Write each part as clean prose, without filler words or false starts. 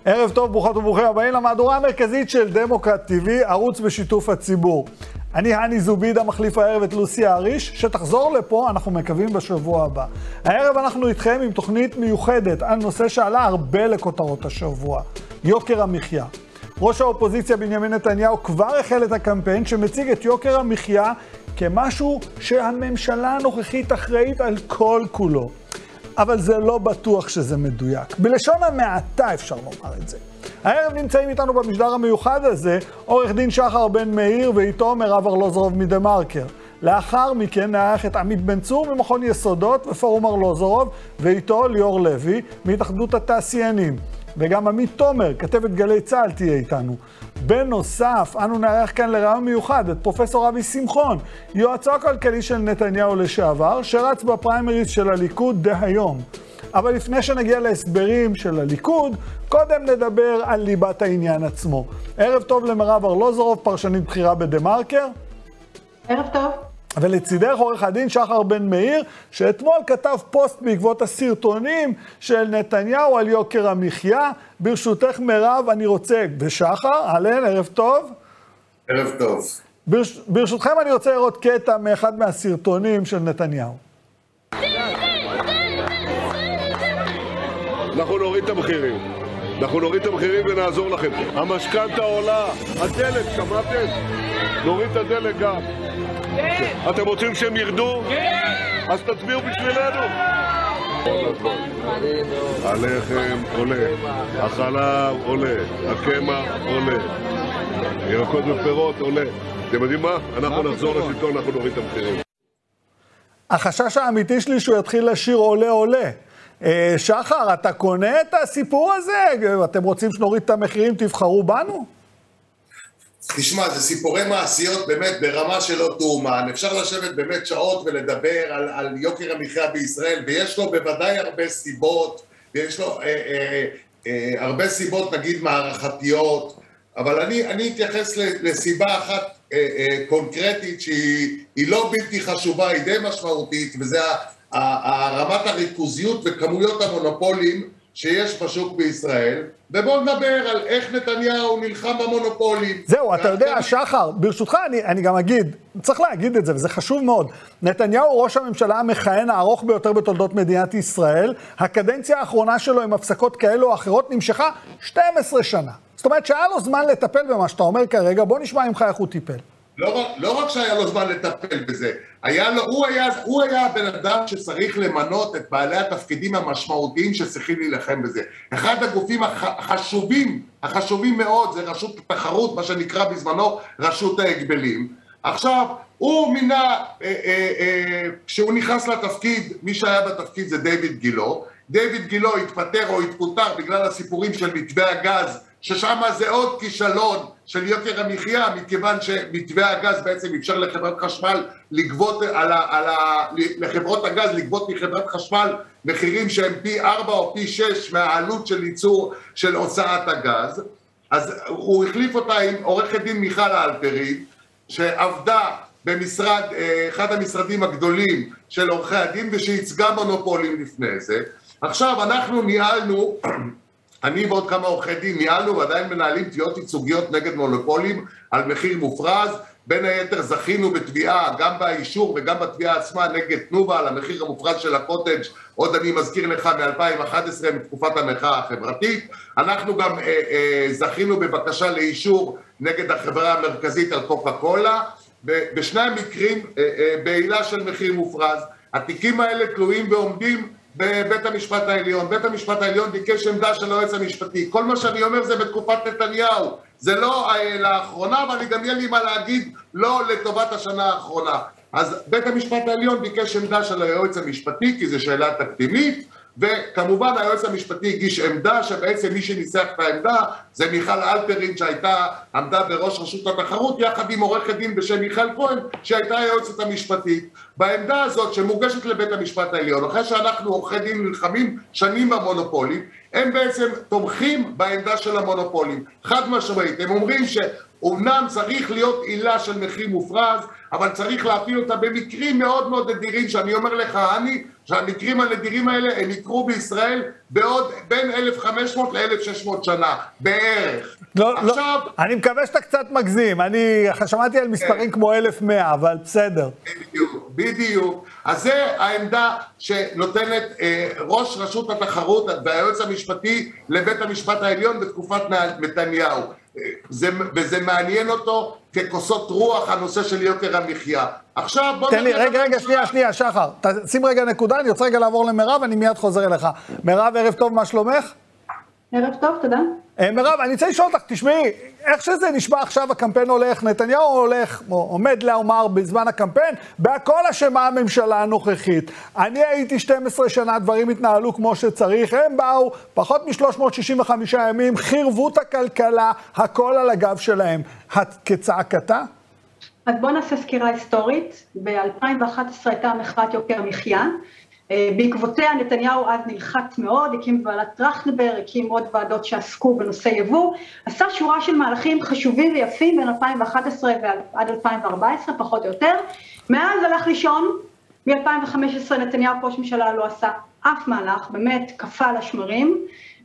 ערב טוב, ברוכות וברוכים הבאים למהדורה המרכזית של דמוקרט TV, ערוץ בשיתוף הציבור. אני הני זובידה, מחליף הערב את לוסי האריש, שתחזור לפה, אנחנו מקווים בשבוע הבא. הערב אנחנו איתכם עם תוכנית מיוחדת על נושא שעלה הרבה לכותרות השבוע, יוקר המחיה. ראש האופוזיציה בנימין נתניהו כבר החל את הקמפיין שמציג את יוקר המחיה כמשהו שהממשלה הנוכחית אחראית על כל כולו. אבל זה לא בטוח שזה מדויק. בלשון המעטה אפשר לומר את זה. הערב נמצאים איתנו במשדר המיוחד הזה עורך דין שחר בן מאיר ואיתו מירב ארלוזורוב מדמרקר. לאחר מכן נערך את עמית בן צור ממכון יסודות ופורום ארלוזורוב, ואיתו ליאור לוי מהתאחדות התעשיינים. וגם עמית תומר, כתבת גלי צה"ל, תהיה איתנו. בנוסף, אנו נערך כאן לרעיון מיוחד את פרופסור אבי שמחון, יועצו הכלכלי של נתניהו לשעבר, שרץ בפריימריז של הליכוד דהיום. אבל לפני שנגיע להסברים של הליכוד, קודם נדבר על ליבת העניין עצמו. ערב טוב למירב ארלוזורוב, פרשנית בחירה בדמרקר. ערב טוב. ולצידך עורך הדין שחר בן מאיר, שאתמול כתב פוסט בעקבות הסרטונים של נתניהו על יוקר המחיה. ברשותך מירב, אני רוצה, ושחר, אהלן, ערב טוב. ערב טוב. ברשותכם אני רוצה לראות קטע מאחד מהסרטונים של נתניהו. אנחנו נוריד את המחירים. אנחנו נוריד את המחירים ונעזור לכם. המשכנתא עולה, הדלק, שמעתם? נוריד את הדלק גם. כן. אתם רוצים שהם ירדו? כן. אז תצביעו בשבילנו. הלחם עולה, החלב עולה, הקמח עולה, ירקות ופירות עולה. אתם יודעים מה? אנחנו נחזור לשלטון, אנחנו נוריד את המחירים. החשש האמיתי שלי שהוא יתחיל לשיר עולה עולה. שחר, אתה קונה את הסיפור הזה? אתם רוצים שנוריד את המחירים, תבחרו בנו? תשמע, זה סיפורי מעשיות באמת ברמה שלא תאומן. אפשר לשבת באמת שעות ולדבר על יוקר המחיה בישראל, ויש לו בוודאי הרבה סיבות, ויש לו הרבה סיבות נגיד מערכתיות, אבל אני אתייחס לסיבה אחת קונקרטית שהיא לא בלתי חשובה, היא די משמעותית, וזה רמת הריכוזיות וכמויות המונופולים שיש בשוק בישראל, ובואו נדבר על איך נתניהו נלחם במונופולים. זהו, אתה יודע, שחר, ברשותך אני גם אגיד, צריך להגיד את זה, וזה חשוב מאוד. נתניהו הוא ראש הממשלה המכהן הארוך ביותר בתולדות מדינת ישראל. הקדנציה האחרונה שלו עם הפסקות כאלו או אחרות נמשכה 12 שנה. זאת אומרת שהיה לו זמן לטפל במה שאתה אומר כרגע, בוא נשמע ממך איך הוא טיפל. לא רק שהיה לו זמן לטפל בזה, הוא היה הבן אדם שצריך למנות את בעלי התפקידים המשמעותיים שצריכים להילחם בזה. אחד הגופים החשובים מאוד זה רשות התחרות, מה שנקרא בזמנו רשות ההגבלים. עכשיו, הוא מינה, כשהוא נכנס לתפקיד, מי שהיה בתפקיד זה דיוויד גילו. דיוויד גילו התפטר או התפוטר בגלל הסיפורים של מתווה הגז, ששם זה עוד כישלון של יוקר המחיה, מכיוון שמתווה הגז בעצם אפשר לחברת חשמל לגבות, לחברות הגז לגבות מחברת חשמל מחירים שהם פי 4 או פי 6 מהעלות של ייצור של הוצאת הגז. אז הוא החליף אותה עם עורכת דין מיכל אלפרין, שעבדה במשרד, אחד המשרדים הגדולים של עורכי הדין, ושייצגה מונופולים לפני זה. עכשיו אנחנו ניהלנו, אני ועוד כמה עורכי דין ניהלנו ועדיין מנהלים תביעות ייצוגיות נגד מונופולים על מחיר מופרז. בין היתר זכינו בתביעה, גם באישור וגם בתביעה עצמה נגד תנובה על המחיר המופרז של הקוטג', עוד אני מזכיר לך מ-2011 מתקופת המחאה החברתית. אנחנו גם זכינו בבקשה לאישור נגד החברה המרכזית על קוקה קולה, בשני המקרים בעילה של מחיר מופרז. התיקים האלה תלויים ועומדים בבית המשפט העליון. בית המשפט העליון ביקש עמדה של היועץ המשפטי. כל מה שאני אומר זה בתקופת נתניהו. זה לא לאחרונה, אבל גם יהיה לי מה להגיד לא לטובת השנה האחרונה. אז בית המשפט העליון ביקש עמדה של היועץ המשפטי, כי זו שאלה תקדימית, וכמובן היועץ המשפטי הגיש עמדה, שבעצם מי שניסח את העמדה זה מיכל אלפרין, עמדה בראש רשות התחרות, יחד עם עורכת דין בשם מיכל כהן, שהייתה היועצת המשפטית. בעמדה הזאת שמוגשת לבית המשפט העליון, אחרי שאנחנו עורכי דין נלחמים שנים במונופולים, הם בעצם תומכים בעמדה של המונופולים. חד משמעית, הם אומרים שאומנם צריך להיות עילה של מחיר מופרז, אבל צריך להפעיל אותה במקרים מאוד מאוד נדירים, שאני אומר לך, שהמקרים הנדירים האלה הם יקרו בישראל בעוד בין 1,500 ל-1,600 שנה, בערך. לא, עכשיו... לא, אני מקווה שאתה קצת מגזים, אני שמעתי על מספרים כמו 1,100, אבל בסדר. בדיוק. אז זה העמדה שנותנת ראש רשות התחרות והיועץ המשפטי לבית המשפט העליון בתקופת נתניהו. וזה מעניין אותו ככוסות רוח הנושא של יוקר המחיה. עכשיו בוא... תן לי, רגע, שנייה, שחר. שים רגע נקודה, אני רוצה רגע לעבור למרב, אני מיד חוזר אליך. מרב, ערב טוב, מה שלומך? ערב טוב, תודה. מרב, אני רוצה לשאול אותך, תשמעי, איך שזה נשמע עכשיו הקמפיין הולך, נתניהו הולך, עומד לאומר בזמן הקמפיין, בהכל אשמה הממשלה הנוכחית. אני הייתי 12 שנה, דברים התנהלו כמו שצריך, הם באו פחות מ-365 ימים, חירבו את הכלכלה, הכל על הגב שלהם. כצעקתה? אז בואו נעשה סקירה היסטורית. ב-2011 הייתה מחאת יוקר המחיה, בעקבותיה נתניהו אז נלחץ מאוד, הקים ועדת טרכטנברג, הקים עוד ועדות שעסקו בנושא יבוא, עשה שורה של מהלכים חשובים ויפים בין 2011 ועד 2014, פחות או יותר. מאז הלך לישון, מ-2015 נתניהו ראש ממשלה לא עשה אף מהלך, באמת קפא על השמרים,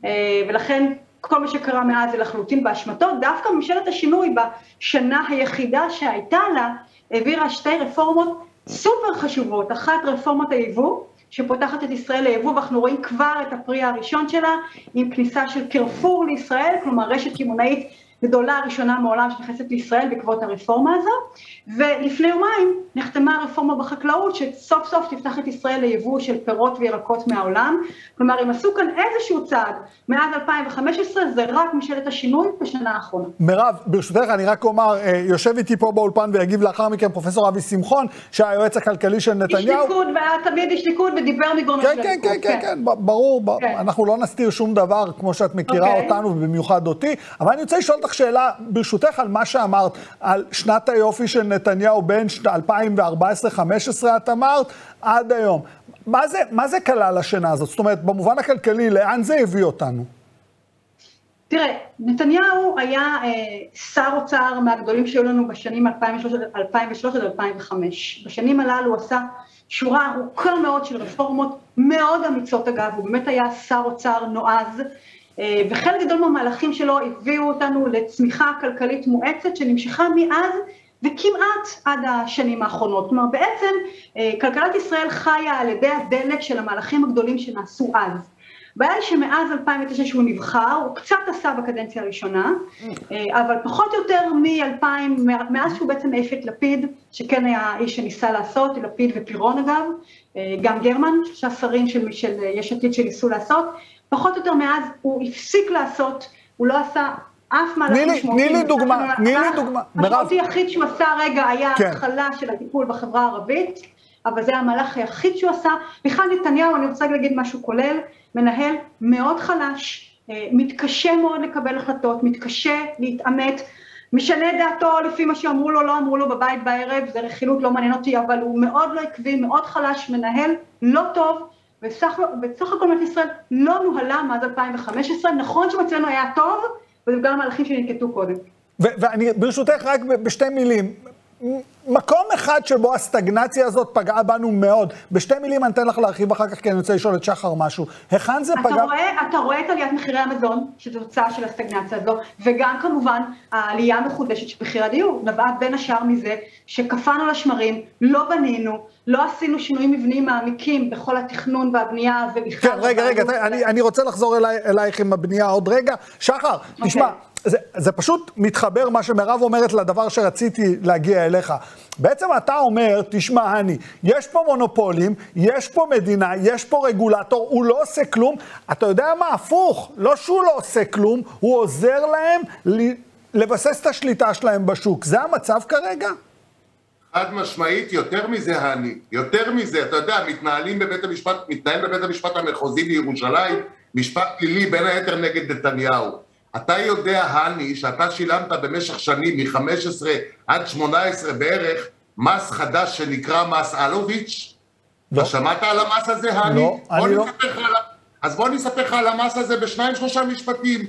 ולכן כל מה שקרה מאז זה לחלוטין באשמתו. דווקא ממשלת השינוי בשנה היחידה שהייתה לה, העבירה שתי רפורמות סופר חשובות. אחת, רפורמת היבוא, שפותחת את ישראל ליבוא, ואנחנו רואים כבר את הפרי הראשון שלה, עם כניסה של קרפור לישראל, כלומר רשת קמעונאית גדולה הראשונה מעולם שנכנסת לישראל בעקבות הרפורמה הזאת. ולפני יומיים נחתמה הרפורמה בחקלאות, שסוף סוף תפתח את ישראל ליבוא של פירות וירקות מהעולם. כלומר, הם עשו כאן איזשהו צעד מאז 2015, זה רק ממשלת השינוי בשנה האחרונה. מרב, ברשותך, אני רק אומר, יושב איתי פה באולפן ויגיב לאחר מכן פרופסור אבי שמחון, שהיועץ הכלכלי של נתניהו. איש ליכוד, תמיד איש ליכוד, ודיבר מגרונו של הליכוד. כן, ברור, אנחנו לא נסתיר שום דבר, כמו שאת מכירה אותנו, ובמיוחד אותי, אבל אני רוצה לשאול אותך שאלה, ברשותך, על מה שאמרת, על שנת היופי של נתניהו בין 2014-2015, את אמרת, עד היום. מה זה כלל השנה הזאת? זאת אומרת, במובן הכלכלי, לאן זה הביא אותנו? תראה, נתניהו היה שר אוצר מהגדולים שהיו לנו בשנים 2003-2005. בשנים הללו הוא עשה שורה ארוכה מאוד של רפורמות מאוד אמיצות אגב, הוא באמת היה שר אוצר נועז, וחלק גדול מהמהלכים שלו הביאו אותנו לצמיחה כלכלית מואצת שנמשכה מאז וכמעט עד השנים האחרונות. כלומר, בעצם כלכלת ישראל חיה על ידי הדלק של המהלכים הגדולים שנעשו אז. הבעיה היא שמאז 2009 שהוא נבחר, הוא קצת עשה בקדנציה הראשונה, אבל פחות או יותר מאז שהוא בעצם העיף את לפיד, שכן היה איש שניסה לעשות, לפיד ופירון אגב, גם גרמן, שהשרים של יש עתיד שניסו לעשות, פחות או יותר מאז הוא הפסיק לעשות, הוא לא עשה אף מהלך משמעותי. תני לי דוגמה. המשמעותי היחיד שהוא עשה רגע היה התחלה של הטיפול בחברה הערבית, אבל זה המהלך היחיד שהוא עשה. בכלל נתניהו, אני רוצה להגיד משהו כולל, מנהל מאוד חלש, מתקשה מאוד לקבל החלטות, מתקשה להתאמת, משנה דעתו לפי מה שאמרו לו, לא אמרו לו בבית בערב, זה רכילות, לא מעניין אותי, אבל הוא מאוד לא עקבי, מאוד חלש, מנהל לא טוב, בסך הכל מדינת ישראל לא נוהלה מאז 2015, נכון שמצלנו היה טוב, וזה גם המהלכים שננקטו קודם. ואני ברשותך רק בשתי מילים, מקום אחד שבו הסטגנציה הזאת פגעה בנו מאוד, בשתי מילים אני אתן לך להרחיב אחר כך, כי אני רוצה לשאול את שחר משהו. היכן זה פגע? אתה רואה את עליית מחירי המזון, שזו תוצאה של הסטגנציה הזו, וגם כמובן העלייה המחודשת של מחירי הדיור, נבעה בין השאר מזה שקפאנו לשמרים, לא בנינו, לא עשינו שינויים מבניים מעמיקים בכל התכנון והבנייה ובכלל. כן, רגע, אני רוצה לחזור אלייך עם הבנייה עוד רגע. שחר, תשמע, זה פשוט מתחבר מה שמרב אומרת לדבר שרציתי להגיע אליך. בעצם אתה אומר, תשמע, יש פה מונופולים, יש פה מדינה, יש פה רגולטור, הוא לא עושה כלום. אתה יודע מה? הפוך, לא שהוא לא עושה כלום, הוא עוזר להם לבסס את השליטה שלהם בשוק. זה המצב כרגע? חד משמעית, יותר מזה, יותר מזה, אתה יודע, מתנהל בבית המשפט המחוזי בירושלים, משפט פלילי בין היתר נגד נתניהו. אתה יודע, שאתה שילמת במשך שנים, מ-15 עד 18 בערך, מס חדש שנקרא מס אלוביץ'? לא. אתה שמעת על המס הזה, לא, אני לא. אז בוא נספר לך על המס הזה ב2-3 משפטים.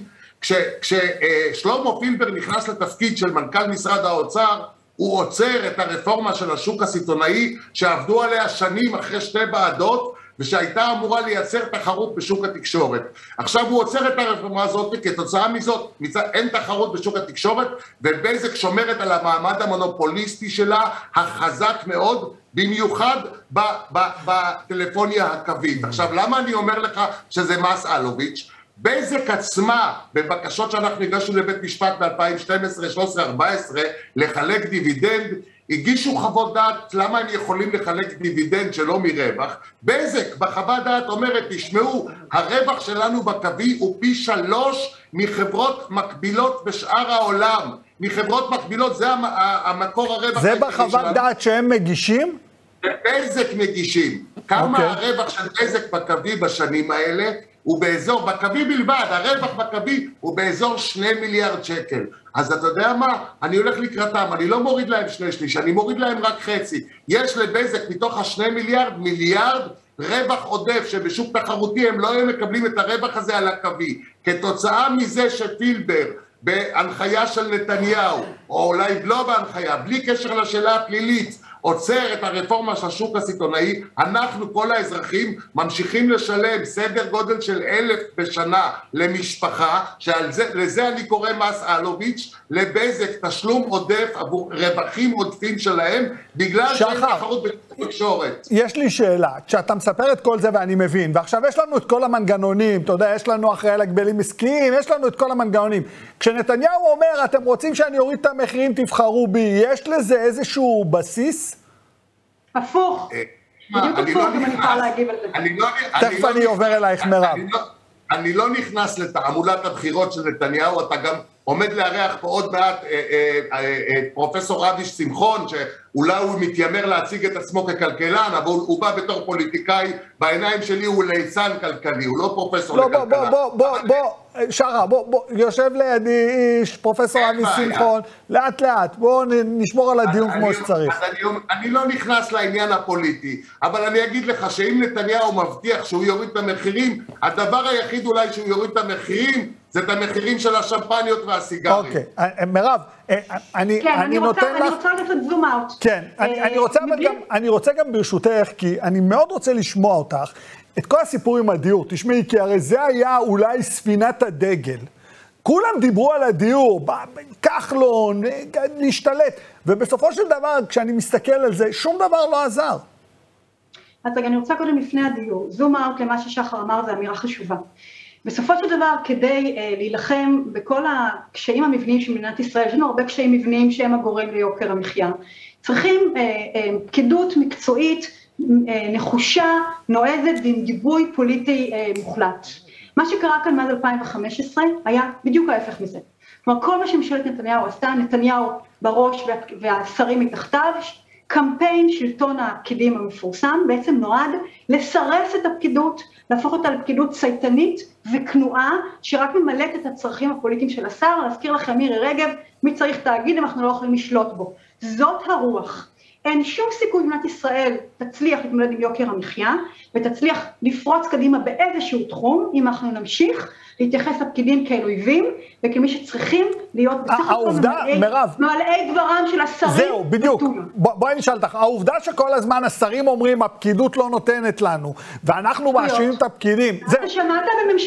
כששלמה פילבר נכנס לתפקיד של מנכ"ל משרד האוצר, הוא עוצר את הרפורמה של השוק הסיטונאי, שעבדו עליה שנים אחרי 2 ועדות, ושהייתה אמורה לייצר תחרות בשוק התקשורת. עכשיו הוא עוצר את הרפורמה הזאת, וכתוצאה מזאת אין תחרות בשוק התקשורת, ובזק שומרת על המעמד המונופוליסטי שלה, החזק מאוד, במיוחד בטלפוניה הקווית. עכשיו, למה אני אומר לך שזה מס אלוביץ'? בזק עצמה, בבקשות שאנחנו הגשנו לבית משפט ב-2012, 13, 14, לחלק דיבידנד, הגישו חוות דעת למה הם יכולים לחלק דיבידנד שלא מרווח. בזק בחוות דעת אומרת, תשמעו, הרווח שלנו בקווי הוא פי 3 מחברות מקבילות בשאר העולם. מחברות מקבילות, זה המקור הרווח. זה בחוות דעת שהם מגישים? בזק מגישים. כמה הרווח של בזק בקווי בשנים האלה? הוא באזור, בקווי בלבד, הרווח בקווי הוא באזור 2 מיליארד שקל. אז אתה יודע מה? אני הולך לקראתם, אני לא מוריד להם 2/3, אני מוריד להם רק חצי. יש לבזק מתוך 2 מיליארד רווח עודף, שבשוק תחרותי הם לא היו מקבלים את הרווח הזה על הקווי. כתוצאה מזה שפילבר, בהנחיה של נתניהו, או אולי לא בהנחיה, בלי קשר לשאלה הפלילית, עוצר את הרפורמה של השוק הסיטונאי, אנחנו כל האזרחים ממשיכים לשלם סדר גודל של 1,000 בשנה למשפחה, לזה אני קורא מס אלוביץ', לבזק תשלום עודף עבור רווחים עודפים שלהם, בגלל שאין תחרות בתקשורת. יש לי שאלה, כשאתה מספר את כל זה ואני מבין, ועכשיו יש לנו את כל המנגנונים, אתה יודע, יש לנו אחראי על הגבלים עסקיים, יש לנו את כל המנגנונים. כשנתניהו אומר, אתם רוצים שאני אוריד את המחירים, תבחרו בי, יש לזה איזשהו בסיס? הפוך. בדיוק הפוך, אם אני יכולה להגיב על זה. תכף אני עובר אלייך, מירב. אני לא נכנס לתעמולת הבחירות של נתניהו, אתה גם עומד לארח פה עוד מעט פרופסור אביש שמחון, שאולי הוא מתיימר להציג את עצמו ככלכלן, אבל הוא בא בתור פוליטיקאי, בעיניים שלי הוא ליצן כלכלי, הוא לא פרופסור לכלכלה. בוא, שרה, בוא, יושב לידי איש, פרופסור אביש שמחון, לאט, בוא נשמור על הדיון כמו שצריך. אני לא נכנס לעניין הפוליטי, אבל אני אגיד לך שאם נתניהו מבטיח שהוא יוריד את המחירים, הדבר היחיד אולי שהוא יוריד את המחירים, זה את המחירים של השמפניות והסיגרים. אוקיי, מירב, אני נותן לך... אני רוצה לתת זום אאוט. כן, אני רוצה גם ברשותך, כי אני מאוד רוצה לשמוע אותך, את כל הסיפור עם הדיור. תשמעי, כי הרי זה היה אולי ספינת הדגל. כולם דיברו על הדיור, כחלון, להשתלט, ובסופו של דבר, כשאני מסתכל על זה, שום דבר לא עזר. אז אני רוצה קודם לפני הדיור, זום אאוט למה ששחר אמר, זה אמירה חשובה. בסופו של דבר, כדי להילחם בכל הקשיים המבניים של מדינת ישראל, יש לנו הרבה קשיים מבניים שהם הגורם ליוקר המחיה, צריכים פקידות מקצועית, נחושה, נועזת ועם גיבוי פוליטי מוחלט. מה שקרה כאן מאז 2015 היה בדיוק ההפך מזה. כלומר, כל מה שממשלת נתניהו עשתה, נתניהו בראש והשרים מתחתיו, קמפיין שלטון הפקידים המפורסם בעצם נועד לסרס את הפקידות, להפוך אותה לפקידות צייתנית וכנועה, שרק ממלאת את הצרכים הפוליטיים של השר. להזכיר לכם מירי רגב, מי צריך תאגיד אם אנחנו לא יכולים לשלוט בו. זאת הרוח. אין שום סיכוי במדינת ישראל תצליח להתמודד עם יוקר המחיה, ותצליח לפרוץ קדימה באיזשהו תחום, אם אנחנו נמשיך להתייחס לפקידים כאל אויבים, וכמי שצריכים להיות בסך הכל מעלאי דברם של השרים. זהו, בדיוק. בואי נשאל אותך, העובדה שכל הזמן השרים אומרים, הפקידות לא נותנת לנו, ואנחנו מאשימים את הפקידים. שמעת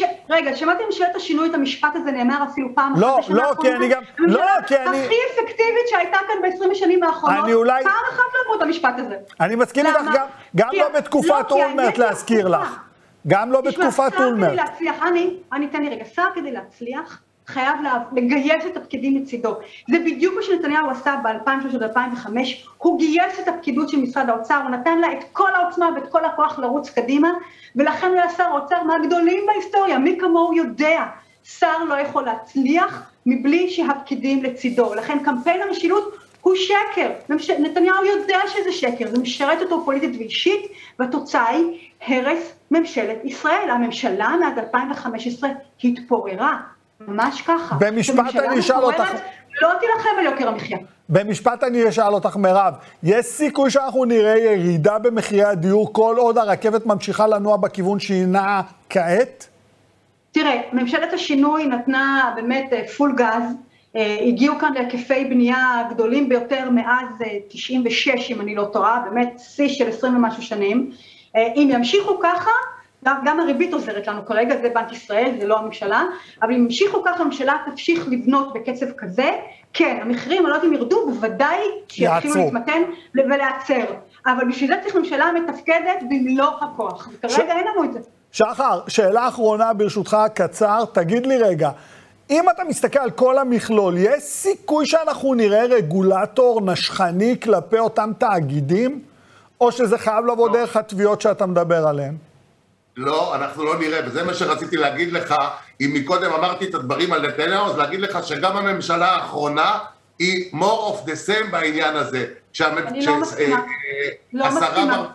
בממשלת השינוי את המשפט הזה, נאמר אפילו פעם אחת. לא, כי אני גם... הכי אפקטיבית שהייתה כאן ב-20 השנים האחרונות, פעם אחת לא אמרו את המשפט הזה. אני מסכים איתך גם לא בתקופת אולמרט להזכיר לך. גם לא בתקופת אולמרט. אני אתן לי רגע, שר כדי להצליח, חייב לגייס את הפקידים לצידו. זה בדיוק מה שנתניהו עשה ב-2003-2005, הוא גייס את הפקידות של משרד האוצר, הוא נתן לה את כל העוצמה ואת כל הכוח לרוץ קדימה, ולכן הוא היה שר האוצר מהגדולים בהיסטוריה, מי כמוהו יודע, שר לא יכול להצליח מבלי שהפקידים לצידו, לכן קמפיין המשילות הוא שקר, נתניהו יודע שזה שקר, זה משרת אותו פוליטית ואישית, והתוצאה היא הרס ממשלת ישראל. הממשלה מאז 2015 התפוררה, ממש ככה. במשפט אני אשאל אותך. לא תילחם על יוקר המחיה. במשפט אני אשאל אותך, מירב, יש סיכוי שאנחנו נראה ירידה במחירי הדיור כל עוד הרכבת ממשיכה לנוע בכיוון שהיא נעה כעת? תראה, ממשלת השינוי נתנה באמת פול גז, הגיעו כאן להיקפי בנייה גדולים ביותר מאז 96, אם אני לא טועה, באמת שיא של 20 ומשהו שנים. אם ימשיכו ככה, גם הריבית עוזרת לנו כרגע, זה בנק ישראל, זה לא הממשלה, אבל אם ימשיכו ככה, הממשלה תמשיך לבנות בקצב כזה, כן, המחירים הלא יודעים ירדו, בוודאי שיתחילו להתמתן ולעצר. אבל בשביל זה צריך ממשלה מתפקדת במלוא הכוח, וכרגע אין לנו את זה. שחר, שאלה אחרונה ברשותך קצר, תגיד לי רגע, אם אתה מסתכל על כל המכלול, יש סיכוי שאנחנו נראה רגולטור נשכני כלפי אותם תאגידים, או שזה חייב לבוא דרך התביעות שאתה מדבר עליהן? לא, אנחנו לא נראה, וזה מה שרציתי להגיד לך, אם מקודם אמרתי את הדברים על נתניהו, אז להגיד לך שגם הממשלה האחרונה היא more of the same בעניין הזה. אני לא מסכימה. לא מסכימה.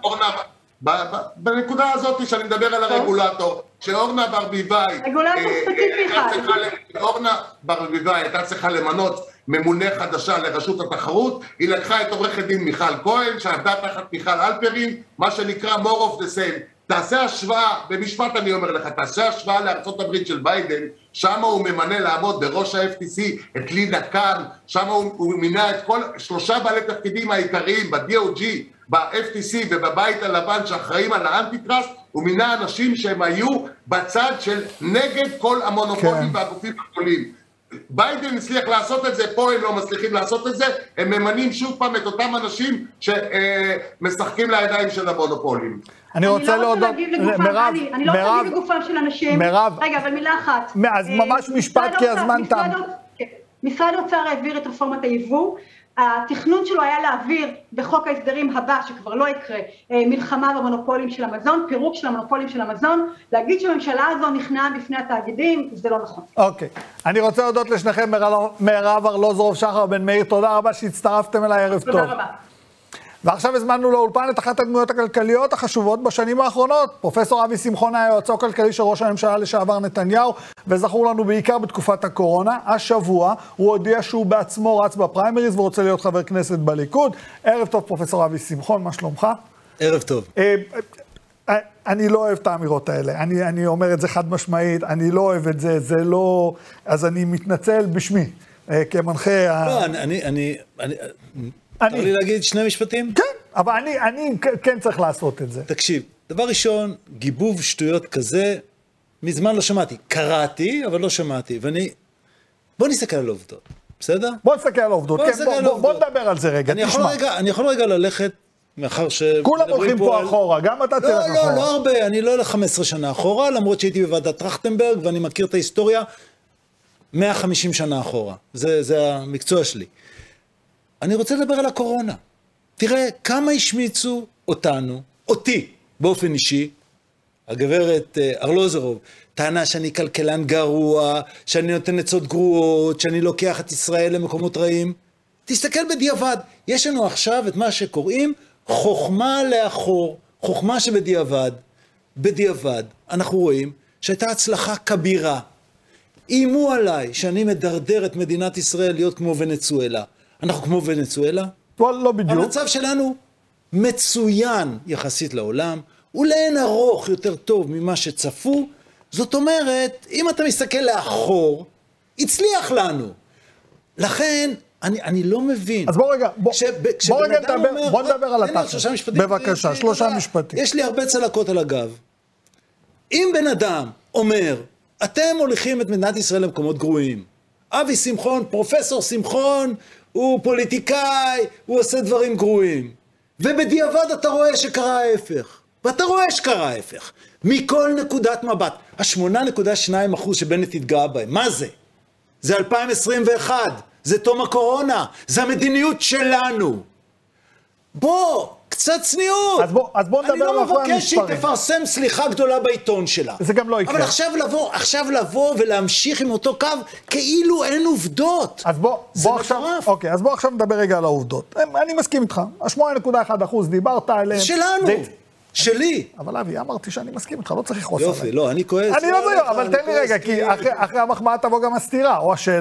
בנקודה הזאת שאני מדבר על הרגולטור, שאורנה ברביבאי, רגולטור ספציפי אחד. אורנה ברביבאי הייתה צריכה למנות ממונה חדשה לרשות התחרות, היא לקחה את עורכת דין מיכל כהן, שעבדה תחת מיכל אלפרין, מה שנקרא more of the same. תעשה השוואה, במשפט אני אומר לך, תעשה השוואה לארצות הברית של ביידן, שם הוא ממנה לעמוד בראש ה-FTC את לידה קאן, שם הוא מינה את כל 3 בעלי תפקידים העיקריים ב-DOG, ב-FTC ובבית הלבן שאחראים על האנטי-טראסט, הוא מינה אנשים שהם היו בצד של נגד כל המונופולים והגופים הגדולים. ביידן הצליח לעשות את זה, פה הם לא מצליחים לעשות את זה, הם ממנים שוב פעם את אותם אנשים שמשחקים לידיים של המונופולים. אני רוצה להודות, מירב, אני לא רוצה להגיד לגופם של אנשים, רגע, אבל מילה אחת. אז ממש משפט כי הזמן תם. משרד האוצר העביר את רפורמת היבוא, התכנון שלו היה להעביר בחוק ההסדרים הבא, שכבר לא יקרה, מלחמה במונופולים של המזון, פירוק של המונופולים של המזון, להגיד שהממשלה הזו נכנעה בפני התאגידים, זה לא נכון. אוקיי, אני רוצה להודות לשניכם, מירב ארלוזורוב, שחר בן מאיר, תודה רבה שהצטרפתם אליי, ערב טוב. תודה רבה. ועכשיו הזמנו לאולפן את אחת הדמויות הכלכליות החשובות בשנים האחרונות. פרופסור אבי שמחון היה יועצו הכלכלי של ראש הממשלה לשעבר נתניהו, וזכור לנו בעיקר בתקופת הקורונה. השבוע הוא הודיע שהוא בעצמו רץ בפריימריז ורוצה להיות חבר כנסת בליכוד. ערב טוב פרופסור אבי שמחון, מה שלומך? ערב טוב. אני לא אוהב את האמירות האלה, אני אומר את זה חד משמעית, אני לא אוהב את זה, זה לא... אז אני מתנצל בשמי, כמנחה... לא, אפשר לי להגיד 2 משפטים? כן, אבל אני כן צריך לעשות את זה. תקשיב, דבר ראשון, גיבוב שטויות כזה, מזמן לא שמעתי. קראתי, אבל לא שמעתי. בוא נסתכל על העובדות, בסדר? בוא נסתכל על העובדות, כן, בוא נדבר על זה רגע, תשמע. אני יכול רגע ללכת, מאחר ש... כולם הולכים פה אחורה, גם אתה תלך אחורה. לא הרבה, אני לא 15 שנה אחורה, למרות שהייתי בוועדת טרכטנברג, ואני מכיר את ההיסטוריה 150 שנה אחורה. זה המקצוע שלי. אני רוצה לדבר על הקורונה. תראה, כמה השמיצו אותי, באופן אישי, הגברת ארלוזורוב, טענה שאני כלכלן גרוע, שאני נותן עצות גרועות, שאני לוקח את ישראל למקומות רעים. תסתכל בדיעבד, יש לנו עכשיו את מה שקוראים חוכמה לאחור, חוכמה שבדיעבד, בדיעבד, אנחנו רואים שהייתה הצלחה כבירה. איימו עליי שאני מדרדר את מדינת ישראל להיות כמו ונצואלה. אנחנו כמו ונצואלה? לא בדיוק. המצב שלנו מצוין יחסית לעולם, ולאין ארוך יותר טוב ממה שצפו. זאת אומרת, אם אתה מסתכל לאחור, הצליח לנו. לכן, אני לא מבין. אז בוא נדבר על התחת. בבקשה, 3 משפטים. יש לי הרבה צלקות על הגב. אם בן אדם אומר, אתם מוליכים את מדינת ישראל למקומות גרועים, אבי שמחון, פרופסור שמחון, הוא פוליטיקאי, הוא עושה דברים גרועים. ובדיעבד אתה רואה שקרה ההפך. ואתה רואה שקרה ההפך. מכל נקודת מבט. ה8.2% שבנט התגאה בהם. מה זה? זה 2021. זה תום הקורונה. זה המדיניות שלנו. בוא, קצת צניעות. אז בוא נדבר אני לא מבקש שהיא תפרסם סליחה גדולה בעיתון שלה. זה גם לא יקרה. אבל עכשיו לבוא ולהמשיך עם אותו קו, כאילו אין עובדות. אז בוא עכשיו נדבר רגע על העובדות. אני מסכים איתך. ה8.1% דיברת עליהם. שלנו. שלי. אבל אבי, אמרתי שאני מסכים איתך, לא צריך לכעוס עליי. יופי, לא, אני כועס. אני לא זוכר, אבל תן לי רגע, כי אחרי המחמאה תבוא גם הסתירה, או השאלה.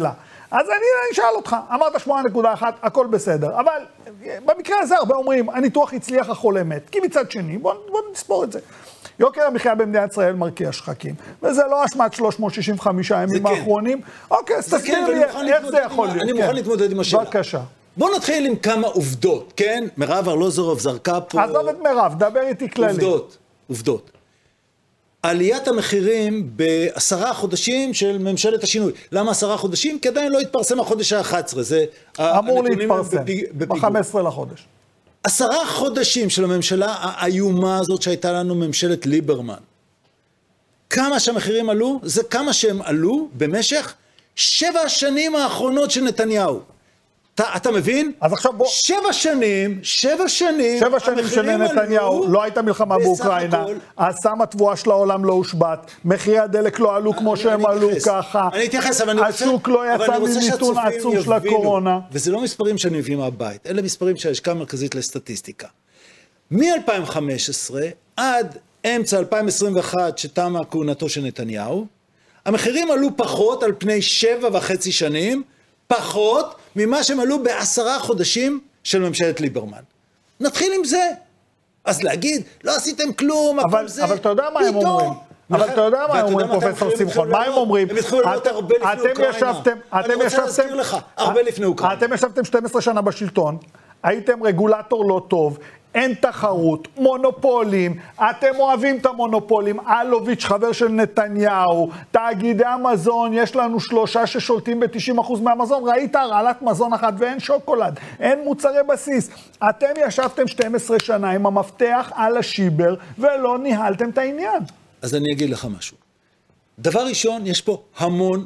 אז אני אשאל אותך, אמרת 8.1, הכל בסדר, אבל במקרה הזה הרבה אומרים, הניתוח הצליח, החולה מת, כי מצד שני, בוא נספור את זה. יוקר המחיה במדינת ישראל מרקיע שחקים, וזה לא אשמת 365 הימים האחרונים. אוקיי, אז תסביר לי איך זה יכול להיות. אני מוכן להתמודד עם השאלה. בבקשה. בואו נתחיל עם כמה עובדות, כן? מירב ארלוזורוב זרקה פה... עזוב את מירב, דבר איתי כללי. עובדות. עליית המחירים ב10 חודשים של ממשלת השינוי. למה 10 חודשים? כי עדיין לא התפרסם החודש ה-11. זה אמור להתפרסם, ב-15 לחודש. 10 חודשים של הממשלה האיומה הזאת שהייתה לנו ממשלת ליברמן. כמה שהמחירים עלו, זה כמה שהם עלו במשך 7 השנים האחרונות של נתניהו. אתה מבין? אז עכשיו בוא... 7 שנים של נתניהו, לא הייתה מלחמה באוקראינה, הסם התבואה של העולם לא הושבת, מחירי הדלק לא עלו כמו שהם עלו ככה, אני אתייחס, אבל השוק לא יצא ממיתון עצום של הקורונה. וזה לא מספרים שאני מביא מהבית, אלה מספרים של הלשכה המרכזית לסטטיסטיקה. מ-2015 עד אמצע 2021 שתמה כהונתו של נתניהו, המחירים עלו פחות על פני 7.5 שנים, פחות ממה שהם עלו ב10 חודשים של ממשלת ליברמן. נתחיל עם זה. אז להגיד, לא עשיתם כלום, הכל זה. אבל אתה יודע מה הם אומרים. אבל אתה יודע מה הם אומרים, פרופסור שמחון. מה הם אומרים? הם התחילו לעלות הרבה לפני אוקראינה. אני רוצה להזכיר לך, הרבה לפני אוקראינה. אתם ישבתם 12 שנה בשלטון, הייתם רגולטור לא טוב, אין תחרות, מונופולים, אתם אוהבים את המונופולים, אלוביץ' חבר של נתניהו, תאגידי המזון, יש לנו 3 ששולטים ב-90% מהמזון, ראית הרעלת מזון אחת ואין שוקולד, אין מוצרי בסיס, אתם ישבתם 12 שנה עם המפתח על השיבר ולא ניהלתם את העניין. אז אני אגיד לך משהו. דבר ראשון, יש פה המון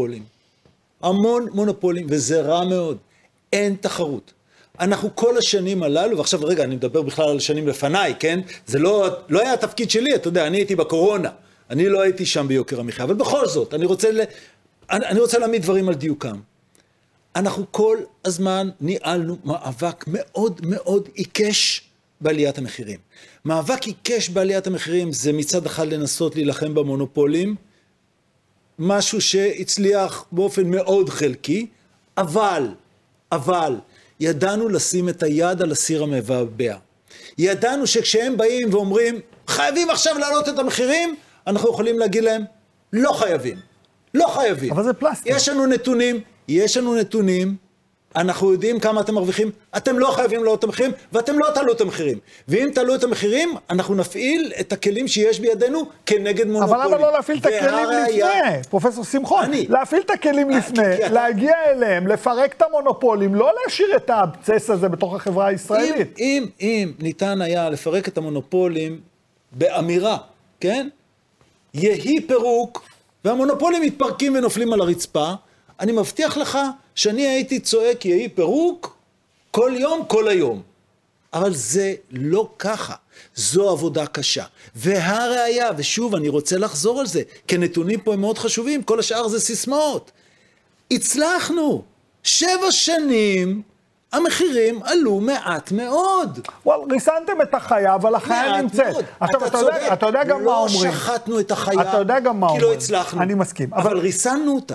מונופולים, וזה רע מאוד, אין תחרות. אנחנו כל השנים הללו, ועכשיו רגע, אני מדבר בכלל על השנים לפניי, כן? זה לא היה התפקיד שלי, אתה יודע, אני הייתי בקורונה, אני לא הייתי שם ביוקר המחיה, אבל בכל זאת, אני רוצה להעמיד דברים על דיוקם. אנחנו כל הזמן ניהלנו מאבק מאוד מאוד עיקש בעליית המחירים. מאבק עיקש בעליית המחירים זה מצד אחד לנסות להילחם במונופולים, משהו שהצליח באופן מאוד חלקי, אבל ידענו לשים את היד על הסיר המבעבע. ידענו שכשהם באים ואומרים, חייבים עכשיו להעלות את המחירים, אנחנו יכולים להגיד להם, לא חייבים. אבל זה פלסטר. יש לנו נתונים, אנחנו יודעים כמה אתם מרוויחים, אתם לא חייבים להעלות את המחירים, ואתם לא תעלו את המחירים. ואם תעלו את המחירים, אנחנו נפעיל את הכלים שיש בידינו כנגד מונופולים. אבל למה לא להפעיל את הכלים לפני, פרופסור שמחון? להפעיל את הכלים לפני, להגיע אליהם, לפרק את המונופולים, לא להשאיר את האבצס הזה בתוך החברה הישראלית. אם ניתן היה לפרק את המונופולים באמירה, כן? יהי פירוק, והמונופולים מתפרקים ונופלים על הרצפה, אני מבטיח לך שאני הייתי צועק יהי פירוק כל יום, כל היום. אבל זה לא ככה. זו עבודה קשה. והראיה, ושוב אני רוצה לחזור על זה, כי נתונים פה הם מאוד חשובים, כל השאר זה סיסמאות. הצלחנו. 7 שנים המחירים עלו מעט מאוד. ריסנתם את החיה, אבל החיה נמצאת. עכשיו, אתה יודע גם מה אומרים. לא שחטנו את החיה, אתה יודע גם מה כי לא הצלחנו. אני מסכים. אבל ריסנו אותה.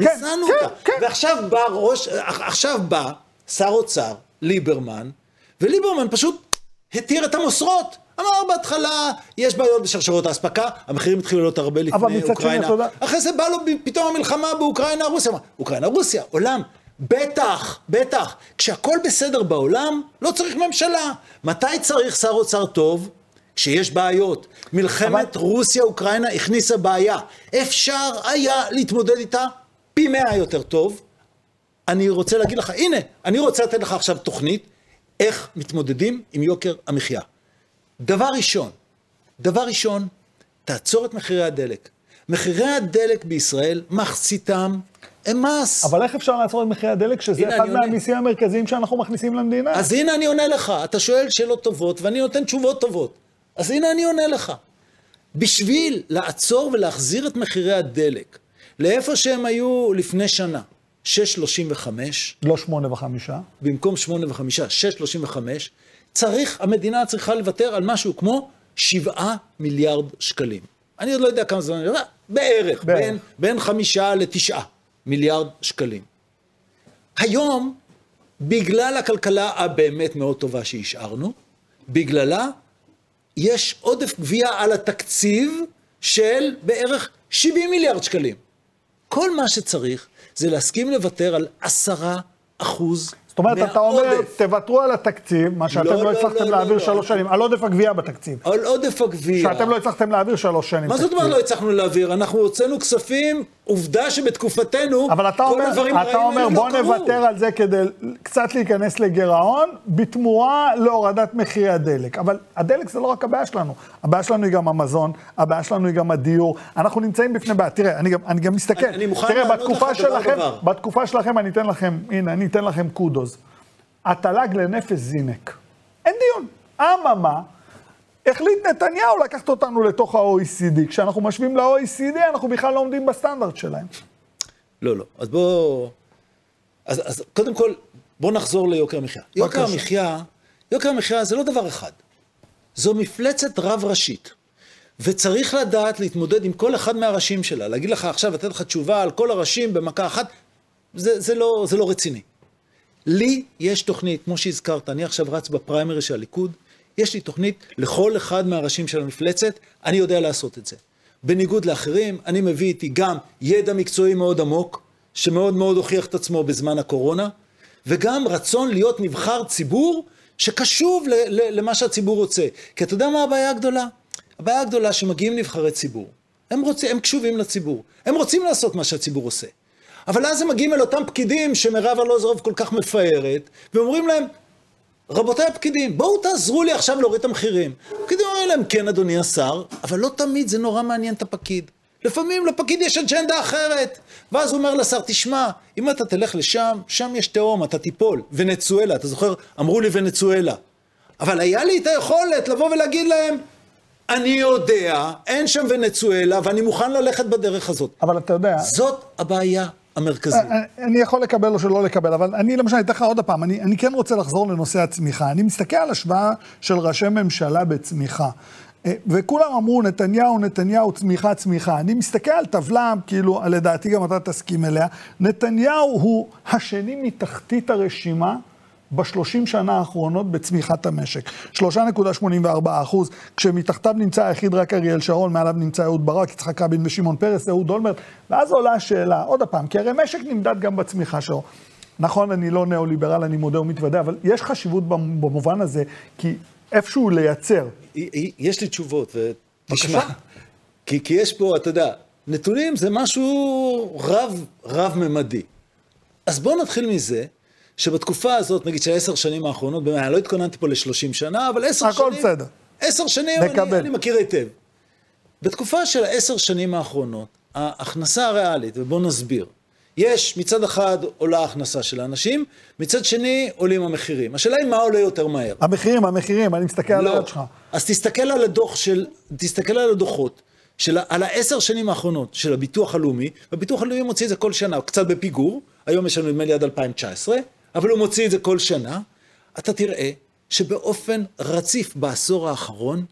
ועכשיו בא שר אוצר, ליברמן, וליברמן פשוט התיר את המוסרות. אמר בהתחלה, יש בעיות בשרשרות ההספקה, המחירים התחילו לעלות הרבה לפני אוקראינה. אחרי זה בא לו פתאום המלחמה באוקראינה, רוסיה. אוקראינה, רוסיה, עולם. בטח. כשהכל בסדר בעולם, לא צריך ממשלה. מתי צריך שר אוצר טוב? כשיש בעיות. מלחמת רוסיה-אוקראינה הכניסה בעיה. אפשר היה להתמודד איתה פי 100 יותר טוב. אני רוצה להגיד לך, הנה, אני רוצה לתת לך עכשיו תוכנית, איך מתמודדים עם יוקר המחיה. דבר ראשון, תעצור את מחירי הדלק. מחירי הדלק בישראל, מחציתם, הם מס. אבל איך אפשר לעצור את מחירי הדלק, שזה אחד מהמיסים המרכזיים שאנחנו מכניסים למדינה? אז הנה אני עונה לך, אתה שואל שאלות טובות, ואני נותן תשובות טובות. אז הנה אני עונה לך. בשביל לעצור ולהחזיר את מחירי הדלק, לאיפה שהם היו לפני שנה, 6.35. לא 8.5. במקום 8.5, 6.35, המדינה צריכה לוותר על משהו כמו 7 מיליארד שקלים. אני עוד לא יודע כמה זמן, בערך, בין 5 ל9 מיליארד שקלים. היום, בגלל הכלכלה הבאמת מאוד טובה שהשארנו, בגללה יש עודף גבייה על התקציב של בערך 70 מיליארד שקלים. כל מה שצריך זה להסכים לוותר על 10% זאת אומרת, אתה אומר, תוותרו על התקציב, מה שאתם לא הצלחתם להעביר 3 שנים, על עודף הגבייה בתקציב. על עודף הגבייה. שאתם לא הצלחתם להעביר 3 שנים. מה זאת אומרת לא הצלחנו להעביר? אנחנו הוצאנו כספים, עובדה שבתקופתנו, אבל אתה אומר, בוא נוותר על זה כדי קצת להיכנס לגירעון, בתמורה להורדת מחירי הדלק. אבל הדלק זה לא רק הבעיה שלנו. הבעיה שלנו היא גם המזון, הבעיה שלנו היא גם הדיור. אנחנו נמצאים בפני בעיה. תראה, אני גם מסתכל. תראה, בתקופה שלכם אני אתן לכם, הנה, אני אתן לכם קודוז. התל"ג לנפש זינק. אין דיון. אממה, החליט נתניהו לקחת אותנו לתוך ה-OECD. כשאנחנו משווים ל-OECD, אנחנו בכלל לא עומדים בסטנדרט שלהם. לא. אז בוא... אז קודם כל, בוא נחזור ליוקר המחיה. יוקר המחיה זה לא דבר אחד. זו מפלצת רב ראשית. וצריך לדעת להתמודד עם כל אחד מהראשים שלה. להגיד לך עכשיו, לתת לך תשובה על כל הראשים במכה אחת, זה לא רציני. לי יש תוכנית, כמו שהזכרת, אני עכשיו רץ בפריימרי של הליכוד, יש לי תוכנית לכל אחד מהראשים של המפלצת, אני יודע לעשות את זה. בניגוד לאחרים, אני מביא איתי גם ידע מקצועי מאוד עמוק, שמאוד מאוד הוכיח את עצמו בזמן הקורונה, וגם רצון להיות נבחר ציבור שקשוב למה שהציבור רוצה. כי אתה יודע מה הבעיה הגדולה? הבעיה הגדולה שמגיעים נבחרי ציבור. הם קשובים לציבור. הם רוצים לעשות מה שהציבור עושה. אבל אז הם מגיעים אל אותם פקידים שמרב ארלוזורוב כל כך מפארת, ואומרים להם, רבותיי הפקידים, בואו תעזרו לי עכשיו להוריד את המחירים. הפקידים אומרים להם, כן אדוני השר, אבל לא תמיד זה נורא מעניין את הפקיד. לפעמים לפקיד יש אג'נדה אחרת. ואז הוא אומר לשר, תשמע, אם אתה תלך לשם, שם יש תאום, אתה תיפול. ונצואלה, אתה זוכר, אמרו לי ונצואלה. אבל היה לי את היכולת לבוא ולהגיד להם, אני יודע, אין שם ונצואלה, ואני מוכן ללכת בדרך הזאת. אבל אתה יודע... זאת הבעיה המרכזית. אני יכול לקבל או שלא לקבל, אבל אני למשל, אתן לך עוד הפעם, אני כן רוצה לחזור לנושא הצמיחה. אני מסתכל על השוואה של ראשי ממשלה בצמיחה. וכולם אמרו, נתניהו, צמיחה. אני מסתכל על טבלה, כאילו, לדעתי גם אתה תסכים אליה, נתניהו הוא השני מתחתית הרשימה, ב-30 שנה האחרונות בצמיחת המשק. 3.84%, כשמתחתיו נמצא היחיד רק אריאל שרון, מעליו נמצא אהוד ברק, יצחק רבין ושמעון פרס, אהוד אולמרט, ואז עולה השאלה, עוד הפעם, כי הרי משק נמדד גם בצמיחה שלו. נכון, אני לא ניאו-ליברל, אני מודה ומתוודה, אבל יש חשיבות במובן הזה, כי איפשהו לייצר. יש לי תשובות, ותשמע, כי יש פה, אתה יודע, נתונים זה משהו רב-ממדי. אז בואו נתחיל מזה, שבתקופה הזאת, נגיד ש10 שנים האחרונות, אני לא התכוננתי פה ל30 שנה, אבל 10 שנים... הכל בסדר. 10 שנים אני מכיר היטב. בתקופה של 10 שנים האחרונות, ההכנסה הריאלית, ובואו נסביר, יש מצד אחד עולה ההכנסה של האנשים, מצד שני עולים המחירים. השאלה היא מה עולה יותר מהר. המחירים, אני מסתכל על היד שלך. אז תסתכל על הדוחות, על 10 שנים האחרונות של הביטוח הלאומי, והביטוח הלאומי מוציא את זה כל שנה, קצת בפיגור, היום יש לנו נדמה לי עד 2019, אבל הוא מוציא את זה כל שנה, אתה תראה שבאופן רציף בעשור האחרון,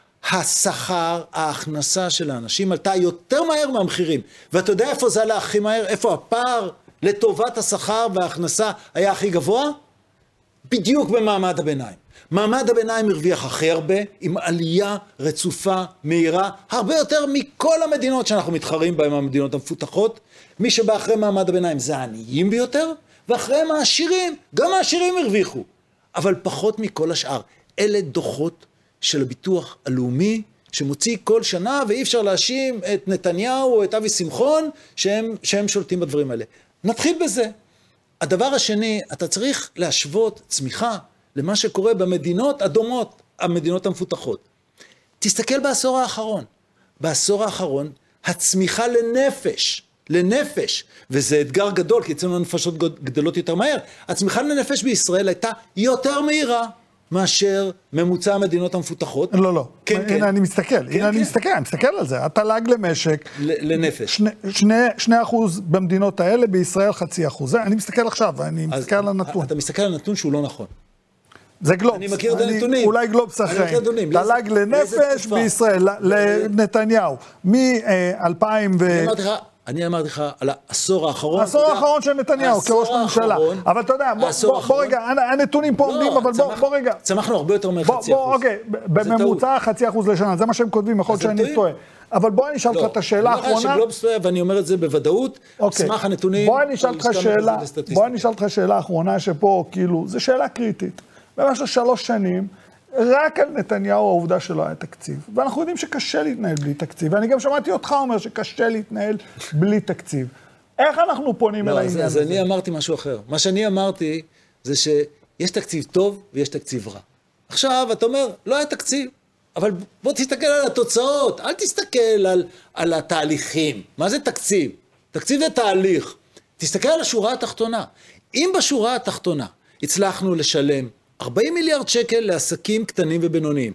השכר, ההכנסה של האנשים עלתה יותר מהר מהמחירים. ואתה יודע איפה זה עלה הכי מהר? איפה הפער לטובת השכר וההכנסה היה הכי גבוה? בדיוק במעמד הביניים. מעמד הביניים הרוויח הכי הרבה, עם עלייה רצופה, מהירה, הרבה יותר מכל המדינות שאנחנו מתחרים בהן, המדינות המפותחות. מי שבא אחרי מעמד הביניים זה העניים ביותר, ואחריהם העשירים, גם העשירים הרוויחו. אבל פחות מכל השאר. אלה דוחות של הביטוח הלאומי, שמוציא כל שנה, ואי אפשר להאשים את נתניהו או את אבי שמחון, שהם שולטים בדברים האלה. נתחיל בזה. הדבר השני, אתה צריך להשוות צמיחה למה שקורה במדינות הדומות, המדינות המפותחות. תסתכל בעשור האחרון. בעשור האחרון, הצמיחה לנפש, וזה אתגר גדול, כי אצלנו הנפשות גדלות יותר מהר, הצמיחה לנפש בישראל הייתה יותר מהירה, מאשר ממוצע המדינות המפותחות. לא. כן. הנה אני מסתכל, אני מסתכל על זה. התל"ג למשק. לנפש. 2% במדינות האלה, בישראל 0.5%. אני מסתכל עכשיו, אני מסתכל על הנתון. אתה מסתכל על הנתון שהוא לא נכון. זה גלובס. אני מכיר את הנתונים. אולי גלובס אחרים. תל"ג לנפש בישראל, לנתניהו. מ-2000 ו... אני אמרתי לך על העשור האחרון. העשור האחרון של נתניהו, כראש ממשלה. אבל אתה יודע, בוא רגע, הנתונים פה עומדים, אבל בוא רגע. צמחנו הרבה יותר מ0.5%. אוקיי, בממוצע 0.5% לשנה, זה מה שהם כותבים, יכול להיות שאני טועה. אבל בוא אני אשאל אותך את השאלה האחרונה. לא, שגלובס טועה, ואני אומר את זה בוודאות, סמך הנתונים. בוא אני אשאל אותך שאלה האחרונה שפה, כאילו, זו שאלה קריטית. במשך 3 שנים, רק על נתניהו העובדה שלא היה תקציב. ואנחנו יודעים שקשה להתנהל בלי תקציב. ואני גם שמעתי אותך אומר שקשה להתנהל בלי תקציב. איך אנחנו פונים אל העניין הזה? אז אני אמרתי משהו אחר. מה שאני אמרתי זה שיש תקציב טוב ויש תקציב רע. עכשיו, אתה אומר, לא היה תקציב, אבל בוא תסתכל על התוצאות, אל תסתכל על התהליכים. מה זה תקציב? תקציב זה תהליך. תסתכל על השורה התחתונה. אם בשורה התחתונה הצלחנו לשלם 40 מיליארד שקל לעסקים קטנים ובינוניים,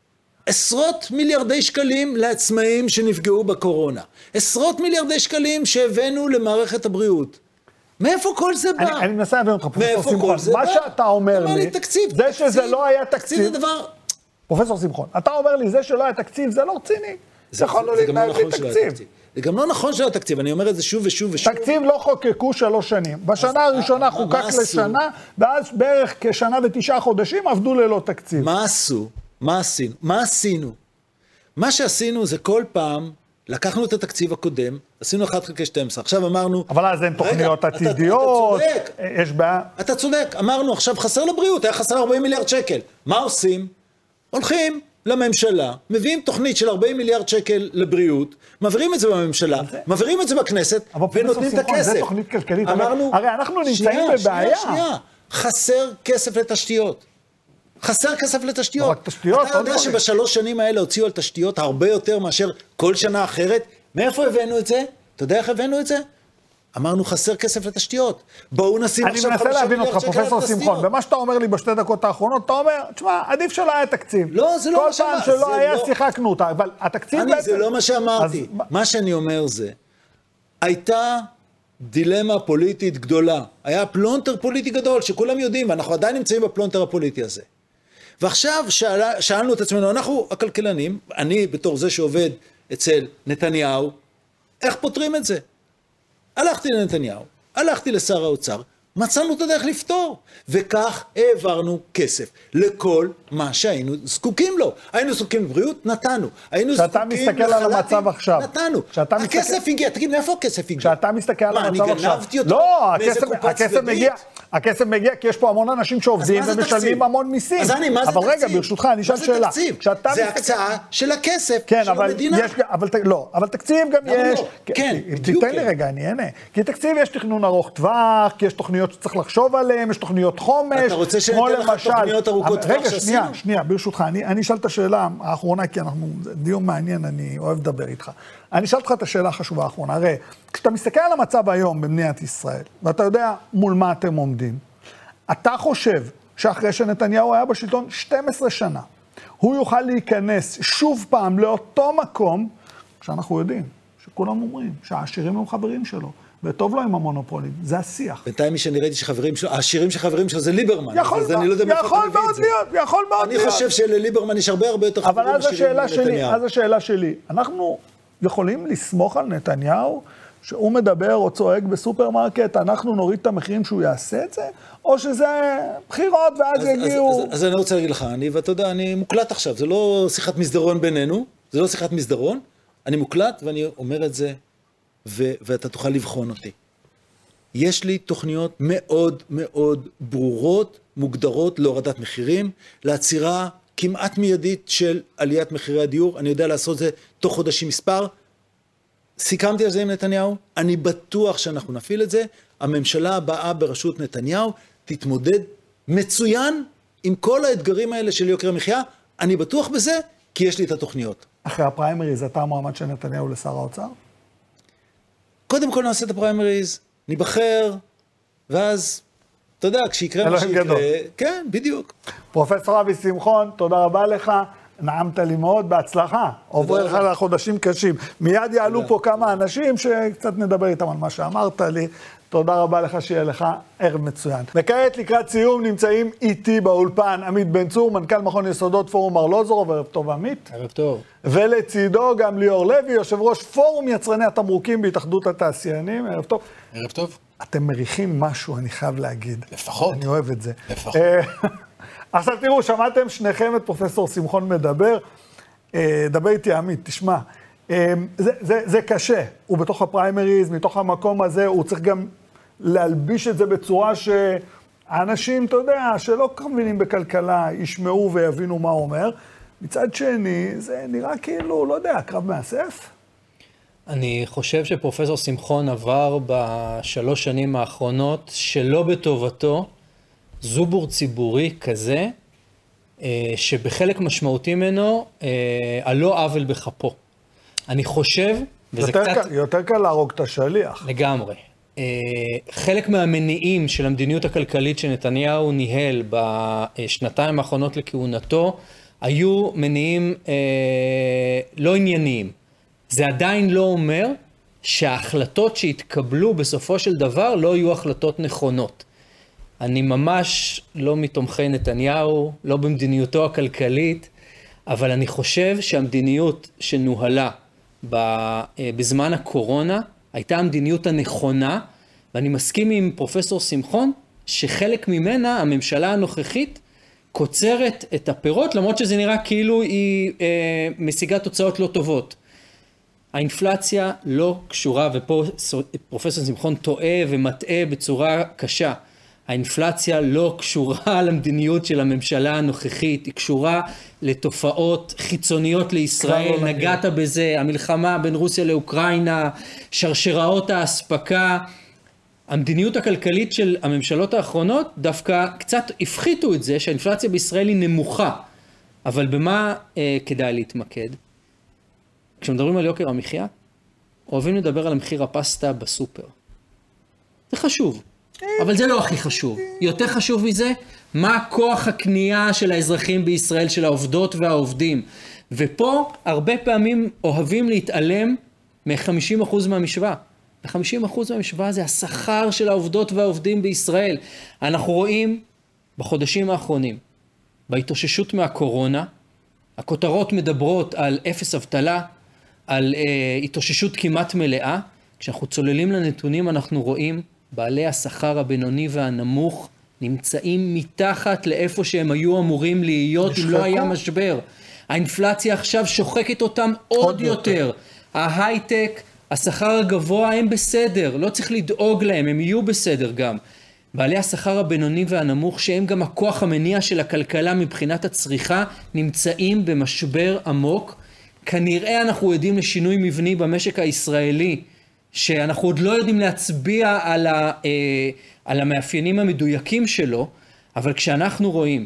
עשרות מיליארדי שקלים לעצמאים שנפגעו בקורונה, עשרות מיליארדי שקלים שהבאנו למערכת הבריאות. מאיפה כל זה בא? אני מנסה להבין אותך, פרופסור שמחון. מה שאתה אומר לי, זה שזה לא היה תקציב, זה דבר... פרופסור שמחון, אתה אומר לי, זה שלא היה תקציב, זה לא רציני. יכולנו להתנהל בלי תקציב. זה גם לא נכון שלא תקציב, אני אומר את זה שוב ושוב ושוב. תקציב לא חוקקו 3 שנים. בשנה הראשונה חוקק לשנה, ואז בערך כשנה ו9 חודשים עבדו ללא תקציב. מה עשו? מה עשינו? מה עשינו? מה שעשינו זה כל פעם, לקחנו את התקציב הקודם, עשינו 1/12, עכשיו אמרנו... אבל אז אין תוכניות עתידיות, יש בעיה... אתה צודק, אמרנו עכשיו חסר לבריאות, היה חסר 40 מיליארד שקל. מה עושים? הולכים לממשלה, מביאים תוכנית של 40 מיליארד שקל לבריאות, מעבירים את זה בממשלה, מעבירים את זה בכנסת, ונותנים את הכסף. זה תוכנית כלכלית. הרי אנחנו נמצאים בבעיה. שנייה. חסר כסף לתשתיות. חסר כסף לתשתיות. רק תשתיות, אתה יודע שב3 שנים האלה הוציאו על תשתיות הרבה יותר מאשר כל שנה אחרת. מאיפה הבאנו את זה? אתה יודע איך הבאנו את זה? אמרנו חסר כסף לתשתיות. בואו נשים עכשיו 5 מיליארד שקל לתשתיות. אני מנסה להבין אותך, פרופסור שמחון, במה שאתה אומר לי ב2 דקות האחרונות, אתה אומר, תשמע, עדיף שלא היה תקציב. לא, זה לא מה שאמרתי. כל פעם שלא היה, שיחקנו אותה, אבל התקציב בעצם... זה לא מה שאמרתי. מה שאני אומר זה, הייתה דילמה פוליטית גדולה. היה פלונטר פוליטי גדול, שכולם יודעים, ואנחנו עדיין נמצאים בפלונטר הפוליטי הזה. ועכשיו שאלנו את עצמנו, אנחנו הכלכלנים, אני בתור זה שעובד אצל נתניהו, איך פותרים את זה? הלכתי לנתניהו, הלכתי לשר האוצר, מצאנו את הדרך לפתור, וכך העברנו כסף לכל מה שהיינו זקוקים לו. היינו זקוקים לבריאות, נתנו. היינו כשאתה מסתכל על המצב עכשיו, נתנו. הכסף הגיע, תגיד, מאיפה הכסף הגיע? כשאתה מסתכל על המצב עכשיו. אני גנבתי אותו מאיזה קופה צדדית? הכסף מגיע כי יש פה המון אנשים שעובדים ומשלמים המון מיסים. אז אני, מה זה תקציב? אבל רגע, ברשותך, אני אשאל שאלה. זה הקצאה של הכסף של המדינה. לא, אבל תקציב גם יש. כן, תיתן לי רגע, אני אענה. כי תקציב יש תכנון ארוך טווח, כי יש תוכניות שצריך לחשוב עליהן, יש תוכניות חומש. אתה רוצה שניתן לך תוכניות ארוכות טווח שעשינו? רגע, שנייה, ברשותך, אני אשאל את השאלה האחרונה, כי זה דיון מעניין, אני אוהב לדבר איתך. אני אשאל אותך את השאלה החשובה האחרונה. הרי, כשאתה מסתכל על המצב היום במדינת ישראל, ואתה יודע מול מה אתם עומדים, אתה חושב שאחרי שנתניהו היה בשלטון 12 שנה, הוא יוכל להיכנס שוב פעם לאותו מקום, כשאנחנו יודעים, שכולם אומרים שהעשירים הם חברים שלו, וטוב לו עם המונופולים, זה השיח. בינתיים מי שאני ראיתי שחברים שלו, העשירים שחברים שלו זה ליברמן. יכול מאוד להיות. אני חושב שלליברמן יש הרבה יותר חברים עשירים מנתניהו. אז השאלה שלי, אנחנו יכולים לסמוך על נתניהו, שהוא מדבר או צועק בסופרמרקט, אנחנו נוריד את המחירים שהוא יעשה את זה, או שזה בחירות ואז יגיעו... אז אני רוצה להגיד לך, ואתה יודע, אני מוקלט עכשיו, זה לא שיחת מסדרון בינינו, זה לא שיחת מסדרון, אני מוקלט ואני אומר את זה, ואתה תוכל לבחון אותי. יש לי תוכניות מאוד מאוד ברורות, מוגדרות להורדת מחירים, לעצירה כמעט מיידית של עליית מחירי הדיור, אני יודע לעשות זה תוך חודשים מספר, סיכמתי על זה עם נתניהו, אני בטוח שאנחנו נפעיל את זה, הממשלה הבאה בראשות נתניהו תתמודד מצוין עם כל האתגרים האלה של יוקר המחיה, אני בטוח בזה, כי יש לי את התוכניות. אחרי הפריימריז, אתה מועמד של נתניהו לשר האוצר? קודם כל נעשה את הפריימריז, נבחר, ואז, אתה יודע, כשיקרה מה שיקרה, כן, בדיוק. פרופסור אבי שמחון, תודה רבה לך. נעמת לי מאוד, בהצלחה. עובר לך לחודשים קשים. מיד יעלו פה כמה אנשים שקצת נדבר איתם על מה שאמרת לי. תודה רבה לך, שיהיה לך ערב מצוין. וכעת לקראת סיום נמצאים איתי באולפן עמית בן צור, מנכ"ל מכון יסודות פורום ארלוזורוב. ערב טוב עמית. ערב טוב. ולצידו גם ליאור לוי, יושב ראש פורום יצרני התמרוקים בהתאחדות התעשיינים. ערב טוב. ערב טוב. אתם מריחים משהו, אני חייב להגיד. לפחות. אני אוהב את זה. לפחות. עכשיו תראו, שמעתם שניכם את פרופסור שמחון מדבר. דבר איתי עמית, תשמע. זה קשה. הוא בתוך הפריימריז, מתוך המקום הזה, הוא צריך גם להלביש את זה בצורה שהאנשים, אתה יודע, שלא מבינים בכלכלה, ישמעו ויבינו מה הוא אומר. מצד שני, זה נראה כאילו, לא יודע, קרב מאסף. אני חושב שפרופסור שמחון עבר בשלוש שנים האחרונות, שלא בטובתו, זובור ציבורי כזה, שבחלק משמעותי ממנו, הלא עוול בכפו. אני חושב, וזה קצת... יותר קל להרוג את השליח. לגמרי. חלק מהמניעים של המדיניות הכלכלית שנתניהו ניהל בשנתיים האחרונות לכהונתו, היו מניעים לא ענייניים. זה עדיין לא אומר שההחלטות שהתקבלו בסופו של דבר לא יהיו החלטות נכונות. אני ממש לא מתומכי נתניהו, לא במדיניותו הכלכלית, אבל אני חושב שהמדיניות שנוהלה בזמן הקורונה הייתה המדיניות הנכונה, ואני מסכים עם פרופסור שמחון שחלק ממנה, הממשלה הנוכחית, קוצרת את הפירות, למרות שזה נראה כאילו היא משיגה תוצאות לא טובות. האינפלציה לא קשורה, ופה פרופסור שמחון טועה ומטעה בצורה קשה. האינפלציה לא קשורה למדיניות של הממשלה הנוכחית, היא קשורה לתופעות חיצוניות לישראל, נגעת בזה, המלחמה בין רוסיה לאוקראינה, שרשראות האספקה. המדיניות הכלכלית של הממשלות האחרונות דווקא קצת הפחיתו את זה שהאינפלציה בישראל היא נמוכה. אבל במה כדאי להתמקד? כשמדברים על יוקר המחיה, אוהבים לדבר על מחיר הפסטה בסופר. זה חשוב, אבל זה לא הכי חשוב. יותר חשוב מזה, מה כוח הקנייה של האזרחים בישראל, של העובדות והעובדים. ופה הרבה פעמים אוהבים להתעלם מ-50% מהמשוואה. ו-50% מהמשוואה זה השכר של העובדות והעובדים בישראל. אנחנו רואים בחודשים האחרונים, בהתאוששות מהקורונה, הכותרות מדברות על אפס אבטלה, על התאוששות כמעט מלאה. כשאנחנו צוללים לנתונים אנחנו רואים בעלי השכר הבינוני והנמוך נמצאים מתחת לאיפה שהם היו אמורים להיות אם לא היה משבר. האינפלציה עכשיו שוחקת אותם עוד יותר. ההייטק, השכר הגבוה הם בסדר, לא צריך לדאוג להם, הם יהיו בסדר גם. בעלי השכר הבינוני והנמוך שהם גם הכוח המניע של הכלכלה מבחינת הצריכה נמצאים במשבר עמוק. כנראה אנחנו עדים לשינוי מבני במשק הישראלי שאנחנו עוד לא יודעים להצביע על המאפיינים המדויקים שלו, אבל כשאנחנו רואים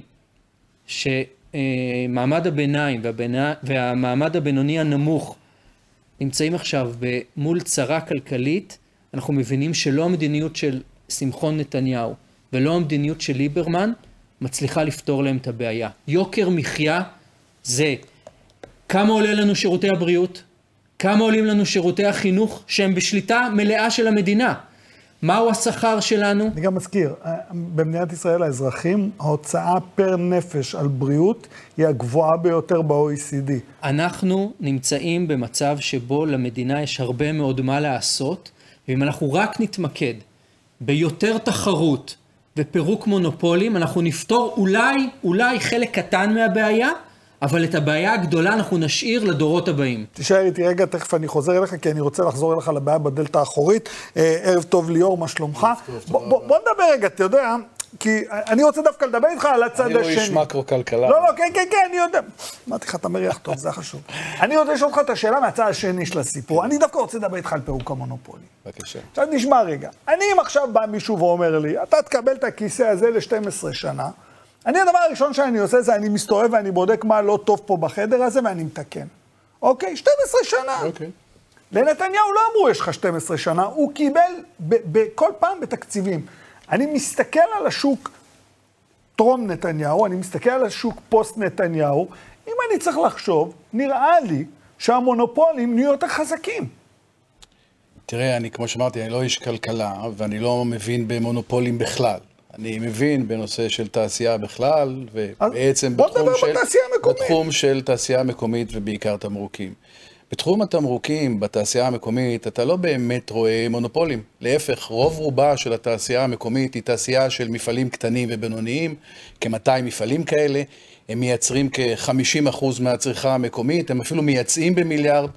שמעמד הביניים והמעמד הבינוני הנמוך נמצאים עכשיו מול צרה כלכלית, אנחנו מבינים שלא המדיניות של שמחון נתניהו ולא המדיניות של ליברמן מצליחה לפתור להם את הבעיה. יוקר מחיה זה כמה עולה לנו שירותי הבריאות, כמה עולים לנו שירותי החינוך שהם בשליטה מלאה של המדינה. מהו השכר שלנו? אני גם מזכיר, במדינת ישראל האזרחים, ההוצאה פר נפש על בריאות היא הגבוהה ביותר ב-OECD. אנחנו נמצאים במצב שבו למדינה יש הרבה מאוד מה לעשות, ואם אנחנו רק נתמקד ביותר תחרות ופירוק מונופולים, אנחנו נפתור אולי חלק קטן מהבעיה, אבל את הבעיה הגדולה אנחנו נשאיר לדורות הבאים. תישאר איתי רגע, תכף אני חוזר אליך, כי אני רוצה לחזור אליך לבעיה בדלת האחורית. ערב טוב ליאור, מה שלומך? בוא נדבר רגע, אתה יודע, כי אני רוצה דווקא לדבר איתך על הצד השני. אני לא איש מקרו-כלכלה. לא, כן, אני יודע. אמרתי לך, אתה מריח טוב, זה חשוב. אני רוצה לשאול אותך את השאלה מהצד השני של הסיפור. אני דווקא רוצה לדבר איתך על פירוק המונופולים. בבקשה. עכשיו נשמע רגע. אם עכשיו בא מישהו ואומר לי, אתה תקבל את הכיסא הזה ל-12 שנה, הדבר הראשון שאני עושה זה אני מסתובב ואני בודק מה לא טוב פה בחדר הזה ואני מתקן. אוקיי? 12 שנה. אוקיי. לנתניהו לא אמרו יש לך 12 שנה, הוא קיבל כל פעם בתקציבים. אני מסתכל על השוק טרום נתניהו, אני מסתכל על השוק פוסט נתניהו, אם אני צריך לחשוב, נראה לי שהמונופולים נהיו יותר חזקים. תראה, כמו שאמרתי, אני לא איש כלכלה, ואני לא מבין במונופולים בכלל. אני מבין בנושא של תעשייה בכלל, ובעצם בתחום של תעשייה מקומית ובעיקר תמרוקים. בתחום התמרוקים, בתעשייה המקומית, אתה לא באמת רואה מונופולים. להפך, רוב רובה של התעשייה המקומית היא תעשייה של מפעלים קטנים ובינוניים, כ-200 מפעלים כאלה. הם מייצרים כ-50% מהצריכה המקומית, הם אפילו מייצאים במיליארד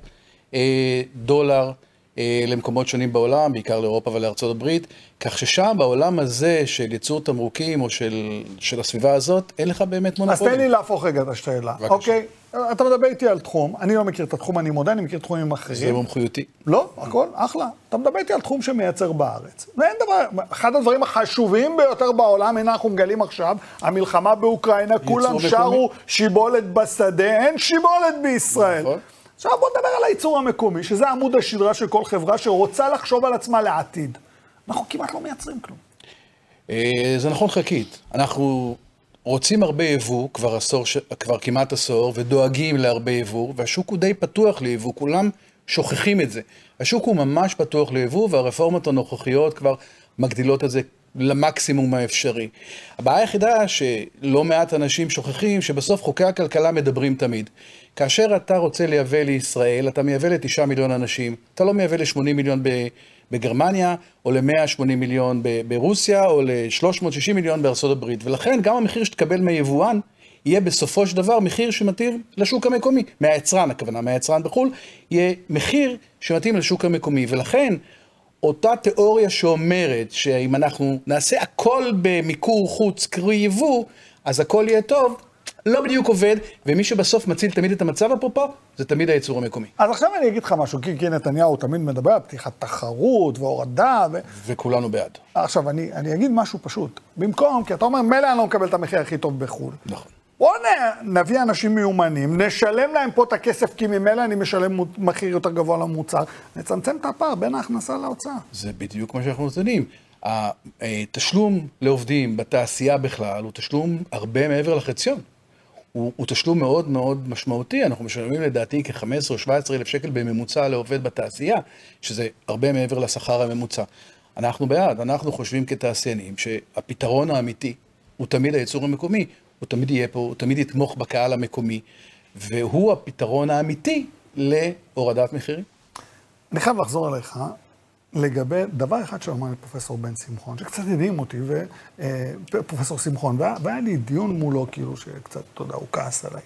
דולר למקומות שונים בעולם, בעיקר לאירופה ולארצות הברית, כך ששם בעולם הזה של ייצור תמרוקים או של הסביבה הזאת, אין לך באמת מונופולים. אז תן לי להפוך רגע את השאלה. אוקיי, אתה מדבר איתי על תחום, אני לא מכיר את התחום, אני מודה, אני מכיר תחומים אחרים. זה מומחיותי. לא, הכל, אחלה. אתה מדבר איתי על תחום שמייצר בארץ. ואין דבר, אחד הדברים החשובים ביותר בעולם, הנה אנחנו מגלים עכשיו, המלחמה באוקראינה, כולם שרו שיבולת בשדה, אין שיבולת בישראל. עכשיו בוא נדבר על הייצור המקומי, שזה עמוד השדרה של כל חברה שרוצה לחשוב על עצמה לעתיד. אנחנו כמעט לא מייצרים כלום. זה נכון חלקית. אנחנו רוצים הרבה יבוא, כבר כמעט עשור, ודואגים להרבה יבוא, והשוק הוא די פתוח ליבוא, כולם שוכחים את זה. השוק הוא ממש פתוח ליבוא, והרפורמות הנוכחיות כבר מגדילות את זה למקסימום האפשרי. הבעיה היחידה שלא מעט אנשים שוכחים שבסוף חוקי הכלכלה מדברים תמיד. כאשר אתה רוצה לייבא לישראל, אתה מייבא ל9 מיליון אנשים, אתה לא מייבא ל80 מיליון בגרמניה, או ל180 מיליון ברוסיה, או ל360 מיליון בארצות הברית. ולכן גם המחיר שתקבל מיבואן, יהיה בסופו של דבר מחיר שמתאים לשוק המקומי. מהיצרן, הכוונה מהיצרן בחול, יהיה מחיר שמתאים לשוק המקומי. ולכן, אותה תיאוריה שאומרת שאם אנחנו נעשה הכל במיקור חוץ, קרי יבוא, אז הכל יהיה טוב, לא בדיוק עובד, ומי שבסוף מציל תמיד את המצב אפרופו, זה תמיד הייצור המקומי. אז עכשיו אני אגיד לך משהו, כי נתניהו תמיד מדבר על פתיחת תחרות והורדה. וכולנו בעד. עכשיו, אני אגיד משהו פשוט. במקום, כי אתה אומר, מלא אני לא מקבל את המחיר הכי טוב בחו"ל. נכון. בואו נביא אנשים מיומנים, נשלם להם פה את הכסף, כי ממילא אני משלם מחיר יותר גבוה למוצר, נצמצם את הפער בין ההכנסה להוצאה. זה בדיוק מה שאנחנו נותנים. התשלום לעובדים בתעשייה בכלל הוא תשלום הרבה מעבר לחציון. הוא תשלום מאוד מאוד משמעותי, אנחנו משלמים לדעתי כ-15 או 17 אלף שקל בממוצע לעובד בתעשייה, שזה הרבה מעבר לשכר הממוצע. אנחנו בעד, אנחנו חושבים כתעשיינים שהפתרון האמיתי הוא תמיד הייצור המקומי, הוא תמיד יהיה פה, הוא תמיד יתמוך בקהל המקומי, והוא הפתרון האמיתי להורדת מחירים. אני חייב לחזור אליך לגבי דבר אחד שאמר לי פרופסור בן שמחון, שקצת הדהים אותי, פרופסור שמחון, והיה לי דיון מולו כאילו שקצת, תודה, הוא כעס עליי.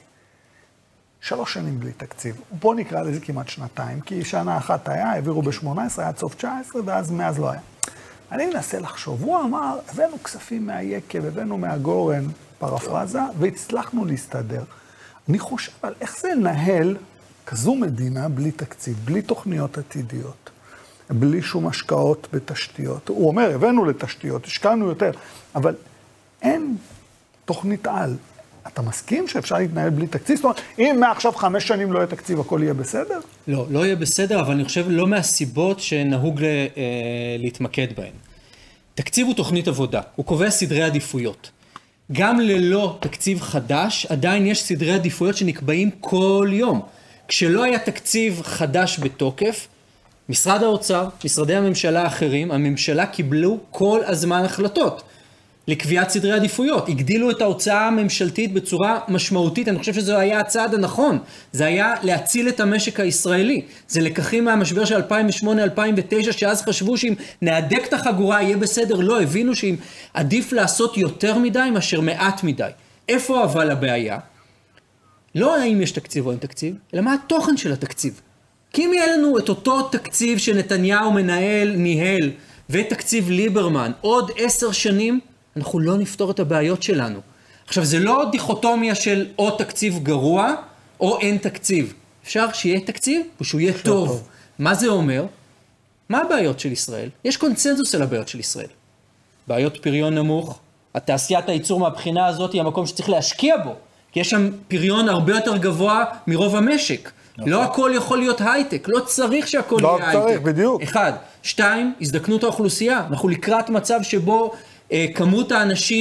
3 שנים בלי תקציב. בוא נקרא לזה כמעט 2 כי שנה אחת היה, העבירו ב-18, היה סוף 19, ואז מאז לא היה. אני מנסה לחשוב, הוא אמר, הבאנו כספים מהיקב, הבאנו מהגורן, פרפרזה, והצלחנו להסתדר. אני חושב על איך זה לנהל כזו מדינה בלי תקציב, בלי תוכניות עתידיות, בלי שום השקעות בתשתיות. הוא אומר, הבאנו לתשתיות, השקענו יותר, אבל אין תוכנית על. אתה מסכים שאפשר להתנהל בלי תקציב? זאת אומרת, אם מעכשיו 5 שנים לא יהיה תקציב, הכל יהיה בסדר? לא, לא יהיה בסדר, אבל אני חושב לא מהסיבות שנהוג להתמקד בהן. תקציב הוא תוכנית עבודה, הוא קובע סדרי עדיפויות. גם ללא תקציב חדש, עדיין יש סדרי עדיפויות שנקבעים כל יום. כשלא היה תקציב חדש בתוקף, משרד האוצר, משרדי הממשלה האחרים, הממשלה קיבלו כל הזמן החלטות לקביעת סדרי עדיפויות. הגדילו את ההוצאה הממשלתית בצורה משמעותית, אני חושב שזה היה הצעד הנכון. זה היה להציל את המשק הישראלי. זה לקחים מהמשבר של 2008-2009, שאז חשבו שאם נהדק את החגורה יהיה בסדר, לא, הבינו שאם עדיף לעשות יותר מדי מאשר מעט מדי. איפה אבל הבעיה? לא האם יש תקציב או אין תקציב, אלא מה התוכן של התקציב. כי אם יהיה לנו את אותו תקציב שנתניהו ניהל, ותקציב ליברמן, עוד 10 שנים, אנחנו לא נפתור את הבעיות שלנו. עכשיו, זה לא דיכוטומיה של או תקציב גרוע, או אין תקציב. אפשר שיהיה תקציב, ושהוא יהיה טוב. מה זה אומר? מה הבעיות של ישראל? יש קונצנזוס על הבעיות של ישראל. בעיות פריון נמוך, התעשיית הייצור מהבחינה הזאת היא המקום שצריך להשקיע בו, כי יש שם פריון הרבה יותר גבוה מרוב המשק. לא הכל יכול להיות הייטק, לא צריך שהכל יהיה הייטק. לא צריך, בדיוק. 1. 2, הזדקנות האוכלוסייה. אנחנו לקראת מצב שבו כמות האנשים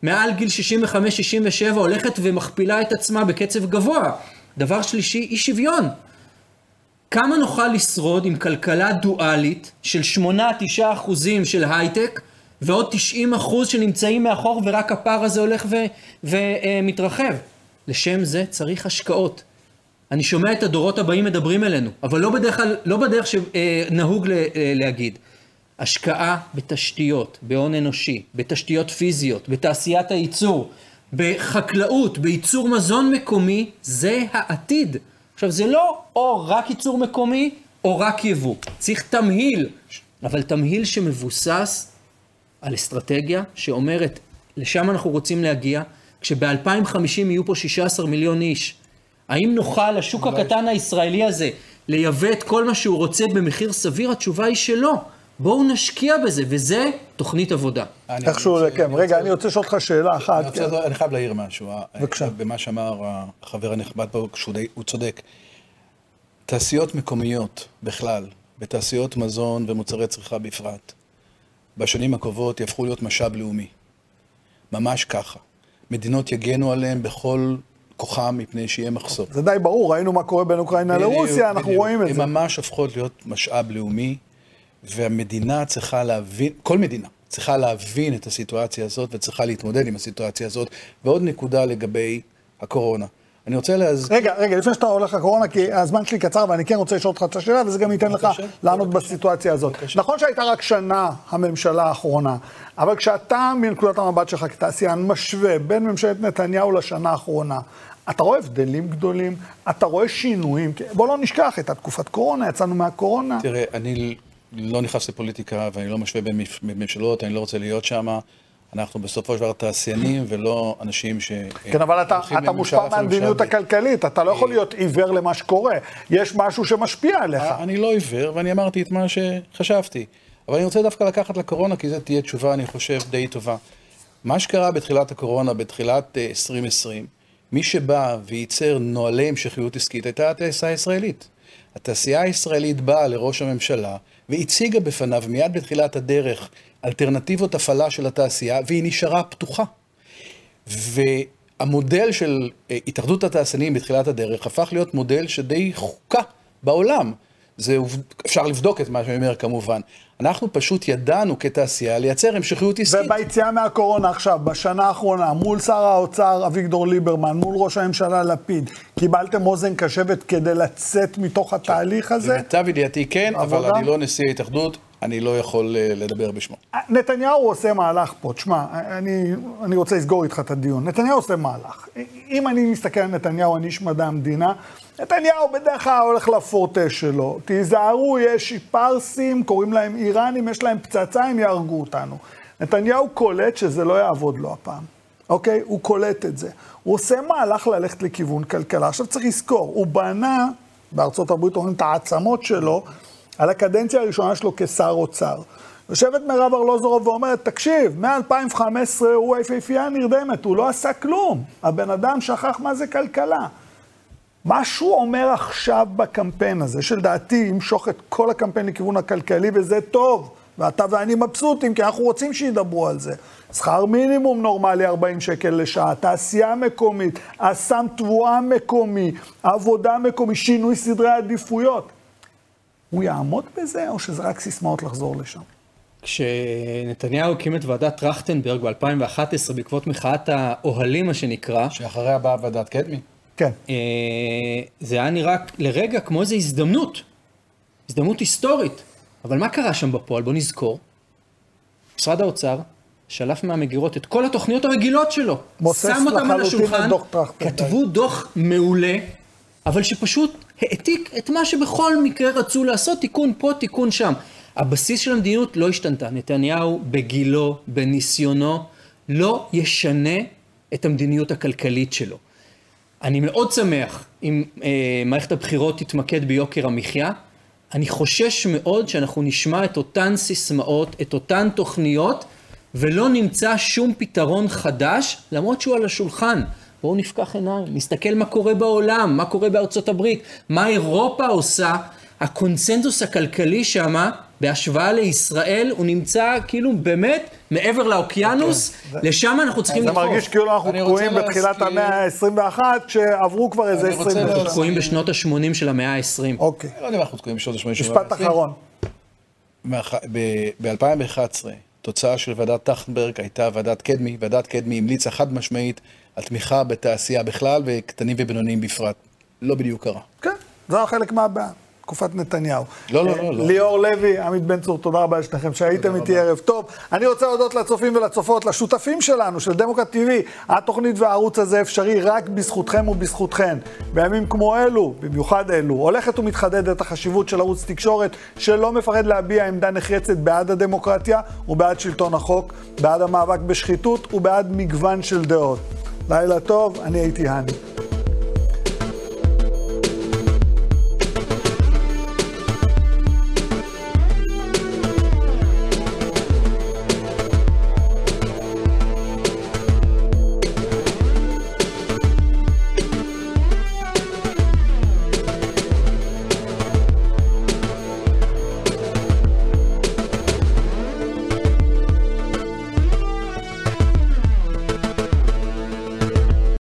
מעל גיל 65-67 הולכת ומכפילה את עצמה בקצב גבוה. דבר שלישי, אי שוויון. כמה נוכל לשרוד עם כלכלה דואלית של 8-9% של הייטק, ועוד 90% שנמצאים מאחור, ורק הפער הזה הולך ומתרחב. לשם זה צריך השקעות. אני שומע את הדורות הבאים מדברים אלינו, אבל לא בדרך שנהוג להגיד. השקעה בתשתיות, בהון אנושי, בתשתיות פיזיות, בתעשיית הייצור, בחקלאות, בייצור מזון מקומי, זה העתיד. עכשיו, זה לא או רק ייצור מקומי, או רק יבוא. צריך תמהיל, אבל תמהיל שמבוסס על אסטרטגיה שאומרת, לשם אנחנו רוצים להגיע, כשב-2050 יהיו פה 16 מיליון איש. האם נוכל לשוק הקטן הישראלי הזה לייבא את כל מה שהוא רוצה במחיר סביר? התשובה היא שלא. בואו נשקיע בזה, וזה תוכנית עבודה. איכשהו, כן. רגע, אני רוצה לשאול אותך שאלה אחת. אני חייב להעיר משהו. בבקשה. במה שאמר החבר הנכבד פה, הוא צודק. תעשיות מקומיות בכלל, בתעשיות מזון ומוצרי צריכה בפרט, בשנים הקרובות יהפכו להיות משאב לאומי. ממש ככה. מדינות יגנו עליהם בכל כוחם מפני שיהיה מחסור. זה די ברור, ראינו מה קורה בין אוקראינה לרוסיה, אנחנו רואים את זה. הם ממש הפכות להיות משאב לאומי, והמדינה צריכה להבין, כל מדינה צריכה להבין את הסיטואציה הזאת, וצריכה להתמודד עם הסיטואציה הזאת. ועוד נקודה לגבי הקורונה. אני רוצה רגע, לפני שאתה הולך לקורונה, כי הזמן שלי קצר, ואני כן רוצה לשאול אותך את השאלה, וזה גם ייתן לך לענות בסיטואציה הזאת. נכון שהייתה רק שנה הממשלה האחרונה, אבל כשאתה מנקודת המבט שלך כתעשיין משווה בין ממשלת נתניהו לשנה האחרונה, אתה רואה הבדלים גדולים, אתה רואה שינויים, בוא לא נשכח את התקופת קורונה, יצאנו מהקורונה. תראה, אני לא נכנס לפוליטיקה, ואני לא משווה בין ממשלות, אני לא רוצה להיות שם. אנחנו בסופו של דבר תעשיינים ולא אנשים ש... כן, אבל אתה מושפע מהמדיניות הכלכלית, אתה לא יכול להיות עיוור למה שקורה. יש משהו שמשפיע עליך. אני לא עיוור, ואני אמרתי את מה שחשבתי. אבל אני רוצה דווקא לקחת לקורונה, כי זו תהיה תשובה, אני חושב, די טובה. מה שקרה בתחילת הקורונה, בתחילת 2020, מי שבא וייצר נוהלי המשכיות עסקית, הייתה התעשייה הישראלית. התעשייה הישראלית באה לראש הממשלה, והציגה בפניו מיד בתחילת הדרך אלטרנטיבות הפעלה של התעשייה, והיא נשארה פתוחה. והמודל של התאחדות התעשיינים בתחילת הדרך הפך להיות מודל שדי חוקה בעולם. אפשר לבדוק את מה שאני אומר כמובן. אנחנו פשוט ידענו כתעשייה לייצר המשכיות עסקית. וביציאה מהקורונה עכשיו, בשנה האחרונה, מול שר האוצר אביגדור ליברמן, מול ראש הממשלה לפיד, קיבלתם אוזן קשבת כדי לצאת מתוך התהליך הזה? למיטב ידיעתי כן, אבל אני לא נשיא ההתאחדות, אני לא יכול לדבר בשמו. נתניהו עושה מהלך פה, תשמע, אני רוצה לסגור איתך את הדיון. נתניהו עושה מהלך. אם אני מסתכל על נתניהו, אני איש מדע המדינה, נתניהו בדרך כלל הולך לפורטה שלו. תיזהרו, יש פרסים, קוראים להם איראנים, יש להם פצצה, הם יהרגו אותנו. נתניהו קולט שזה לא יעבוד לו הפעם. אוקיי? הוא קולט את זה. הוא עושה מהלך ללכת לכיוון כלכלה. עכשיו צריך לזכור, הוא בנה, בארצות הברית אומרים את העצמות שלו, על הקדנציה הראשונה שלו כשר אוצר. יושבת מירב ארלוזורוב ואומרת, תקשיב, מ-2015 הוא היפהפייה נרדמת, הוא לא עשה כלום. הבן אדם שכח מה זה כלכלה. מה שהוא אומר עכשיו בקמפיין הזה, שלדעתי ימשוך את כל הקמפיין לכיוון הכלכלי, וזה טוב, ואתה ואני מבסוטים, כי אנחנו רוצים שידברו על זה. שכר מינימום נורמלי 40 שקל לשעה, תעשייה מקומית, אסם תבואה מקומי, עבודה מקומי, שינוי סדרי עדיפויות. הוא יעמוד בזה, או שזה רק סיסמאות לחזור לשם? כשנתניהו הקים את ועדת טרכטנברג ב-2011, בעקבות מחאת האוהלים, מה שנקרא, שאחריה באה ועדת קדמי. כן. זה היה נראה לרגע כמו איזו הזדמנות היסטורית. אבל מה קרה שם בפועל? בוא נזכור. משרד האוצר שלף מהמגירות את כל התוכניות הרגילות שלו. שם אותם על השולחן, כתבו דוח מעולה, אבל שפשוט העתיק את מה שבכל מקרה רצו לעשות, תיקון פה, תיקון שם. הבסיס של המדיניות לא השתנתה. נתניהו בגילו, בניסיונו, לא ישנה את המדיניות הכלכלית שלו. אני מאוד שמח אם מערכת הבחירות תתמקד ביוקר המחיה. אני חושש מאוד שאנחנו נשמע את אותן סיסמאות, את אותן תוכניות, ולא נמצא שום פתרון חדש, למרות שהוא על השולחן. בואו נפקח עיניים, נסתכל מה קורה בעולם, מה קורה בארצות הברית, מה אירופה עושה. הקונסנזוס הכלכלי שמה בהשוואה לישראל, הוא נמצא כאילו באמת מעבר לאוקיינוס, לשם אנחנו צריכים זה לדחוף. מרגיש כאילו אנחנו תקועים בתחילת המאה ה-21, כשעברו כבר איזה 20 שנה. אנחנו תקועים בשנות ה-80 של המאה ה-20. אוקיי. לא יודע מה אנחנו תקועים בשנות ה-80 של משפט אחרון. ב-2011, תוצאה של ועדת טרכטנברג הייתה ועדת קדמי. ועדת קדמי המליצה חד משמעית על תמיכה בתעשייה בכלל וקטנים ובינוניים בפרט. לא בדיוק קרה. כן, זה היה חלק מהבעיה. תקופת נתניהו. לא. ליאור לוי, עמית בן צור, תודה רבה לשניכם שהייתם איתי ערב טוב. אני רוצה להודות לצופים ולצופות, לשותפים שלנו, של דמוקרט TV. התוכנית והערוץ הזה אפשרי רק בזכותכם ובזכותכן. בימים כמו אלו, במיוחד אלו, הולכת ומתחדדת החשיבות של ערוץ תקשורת שלא מפחד להביע עמדה נחרצת בעד הדמוקרטיה ובעד שלטון החוק, בעד המאבק בשחיתות ובעד מגוון של דעות. לילה טוב, אני הייתי הני.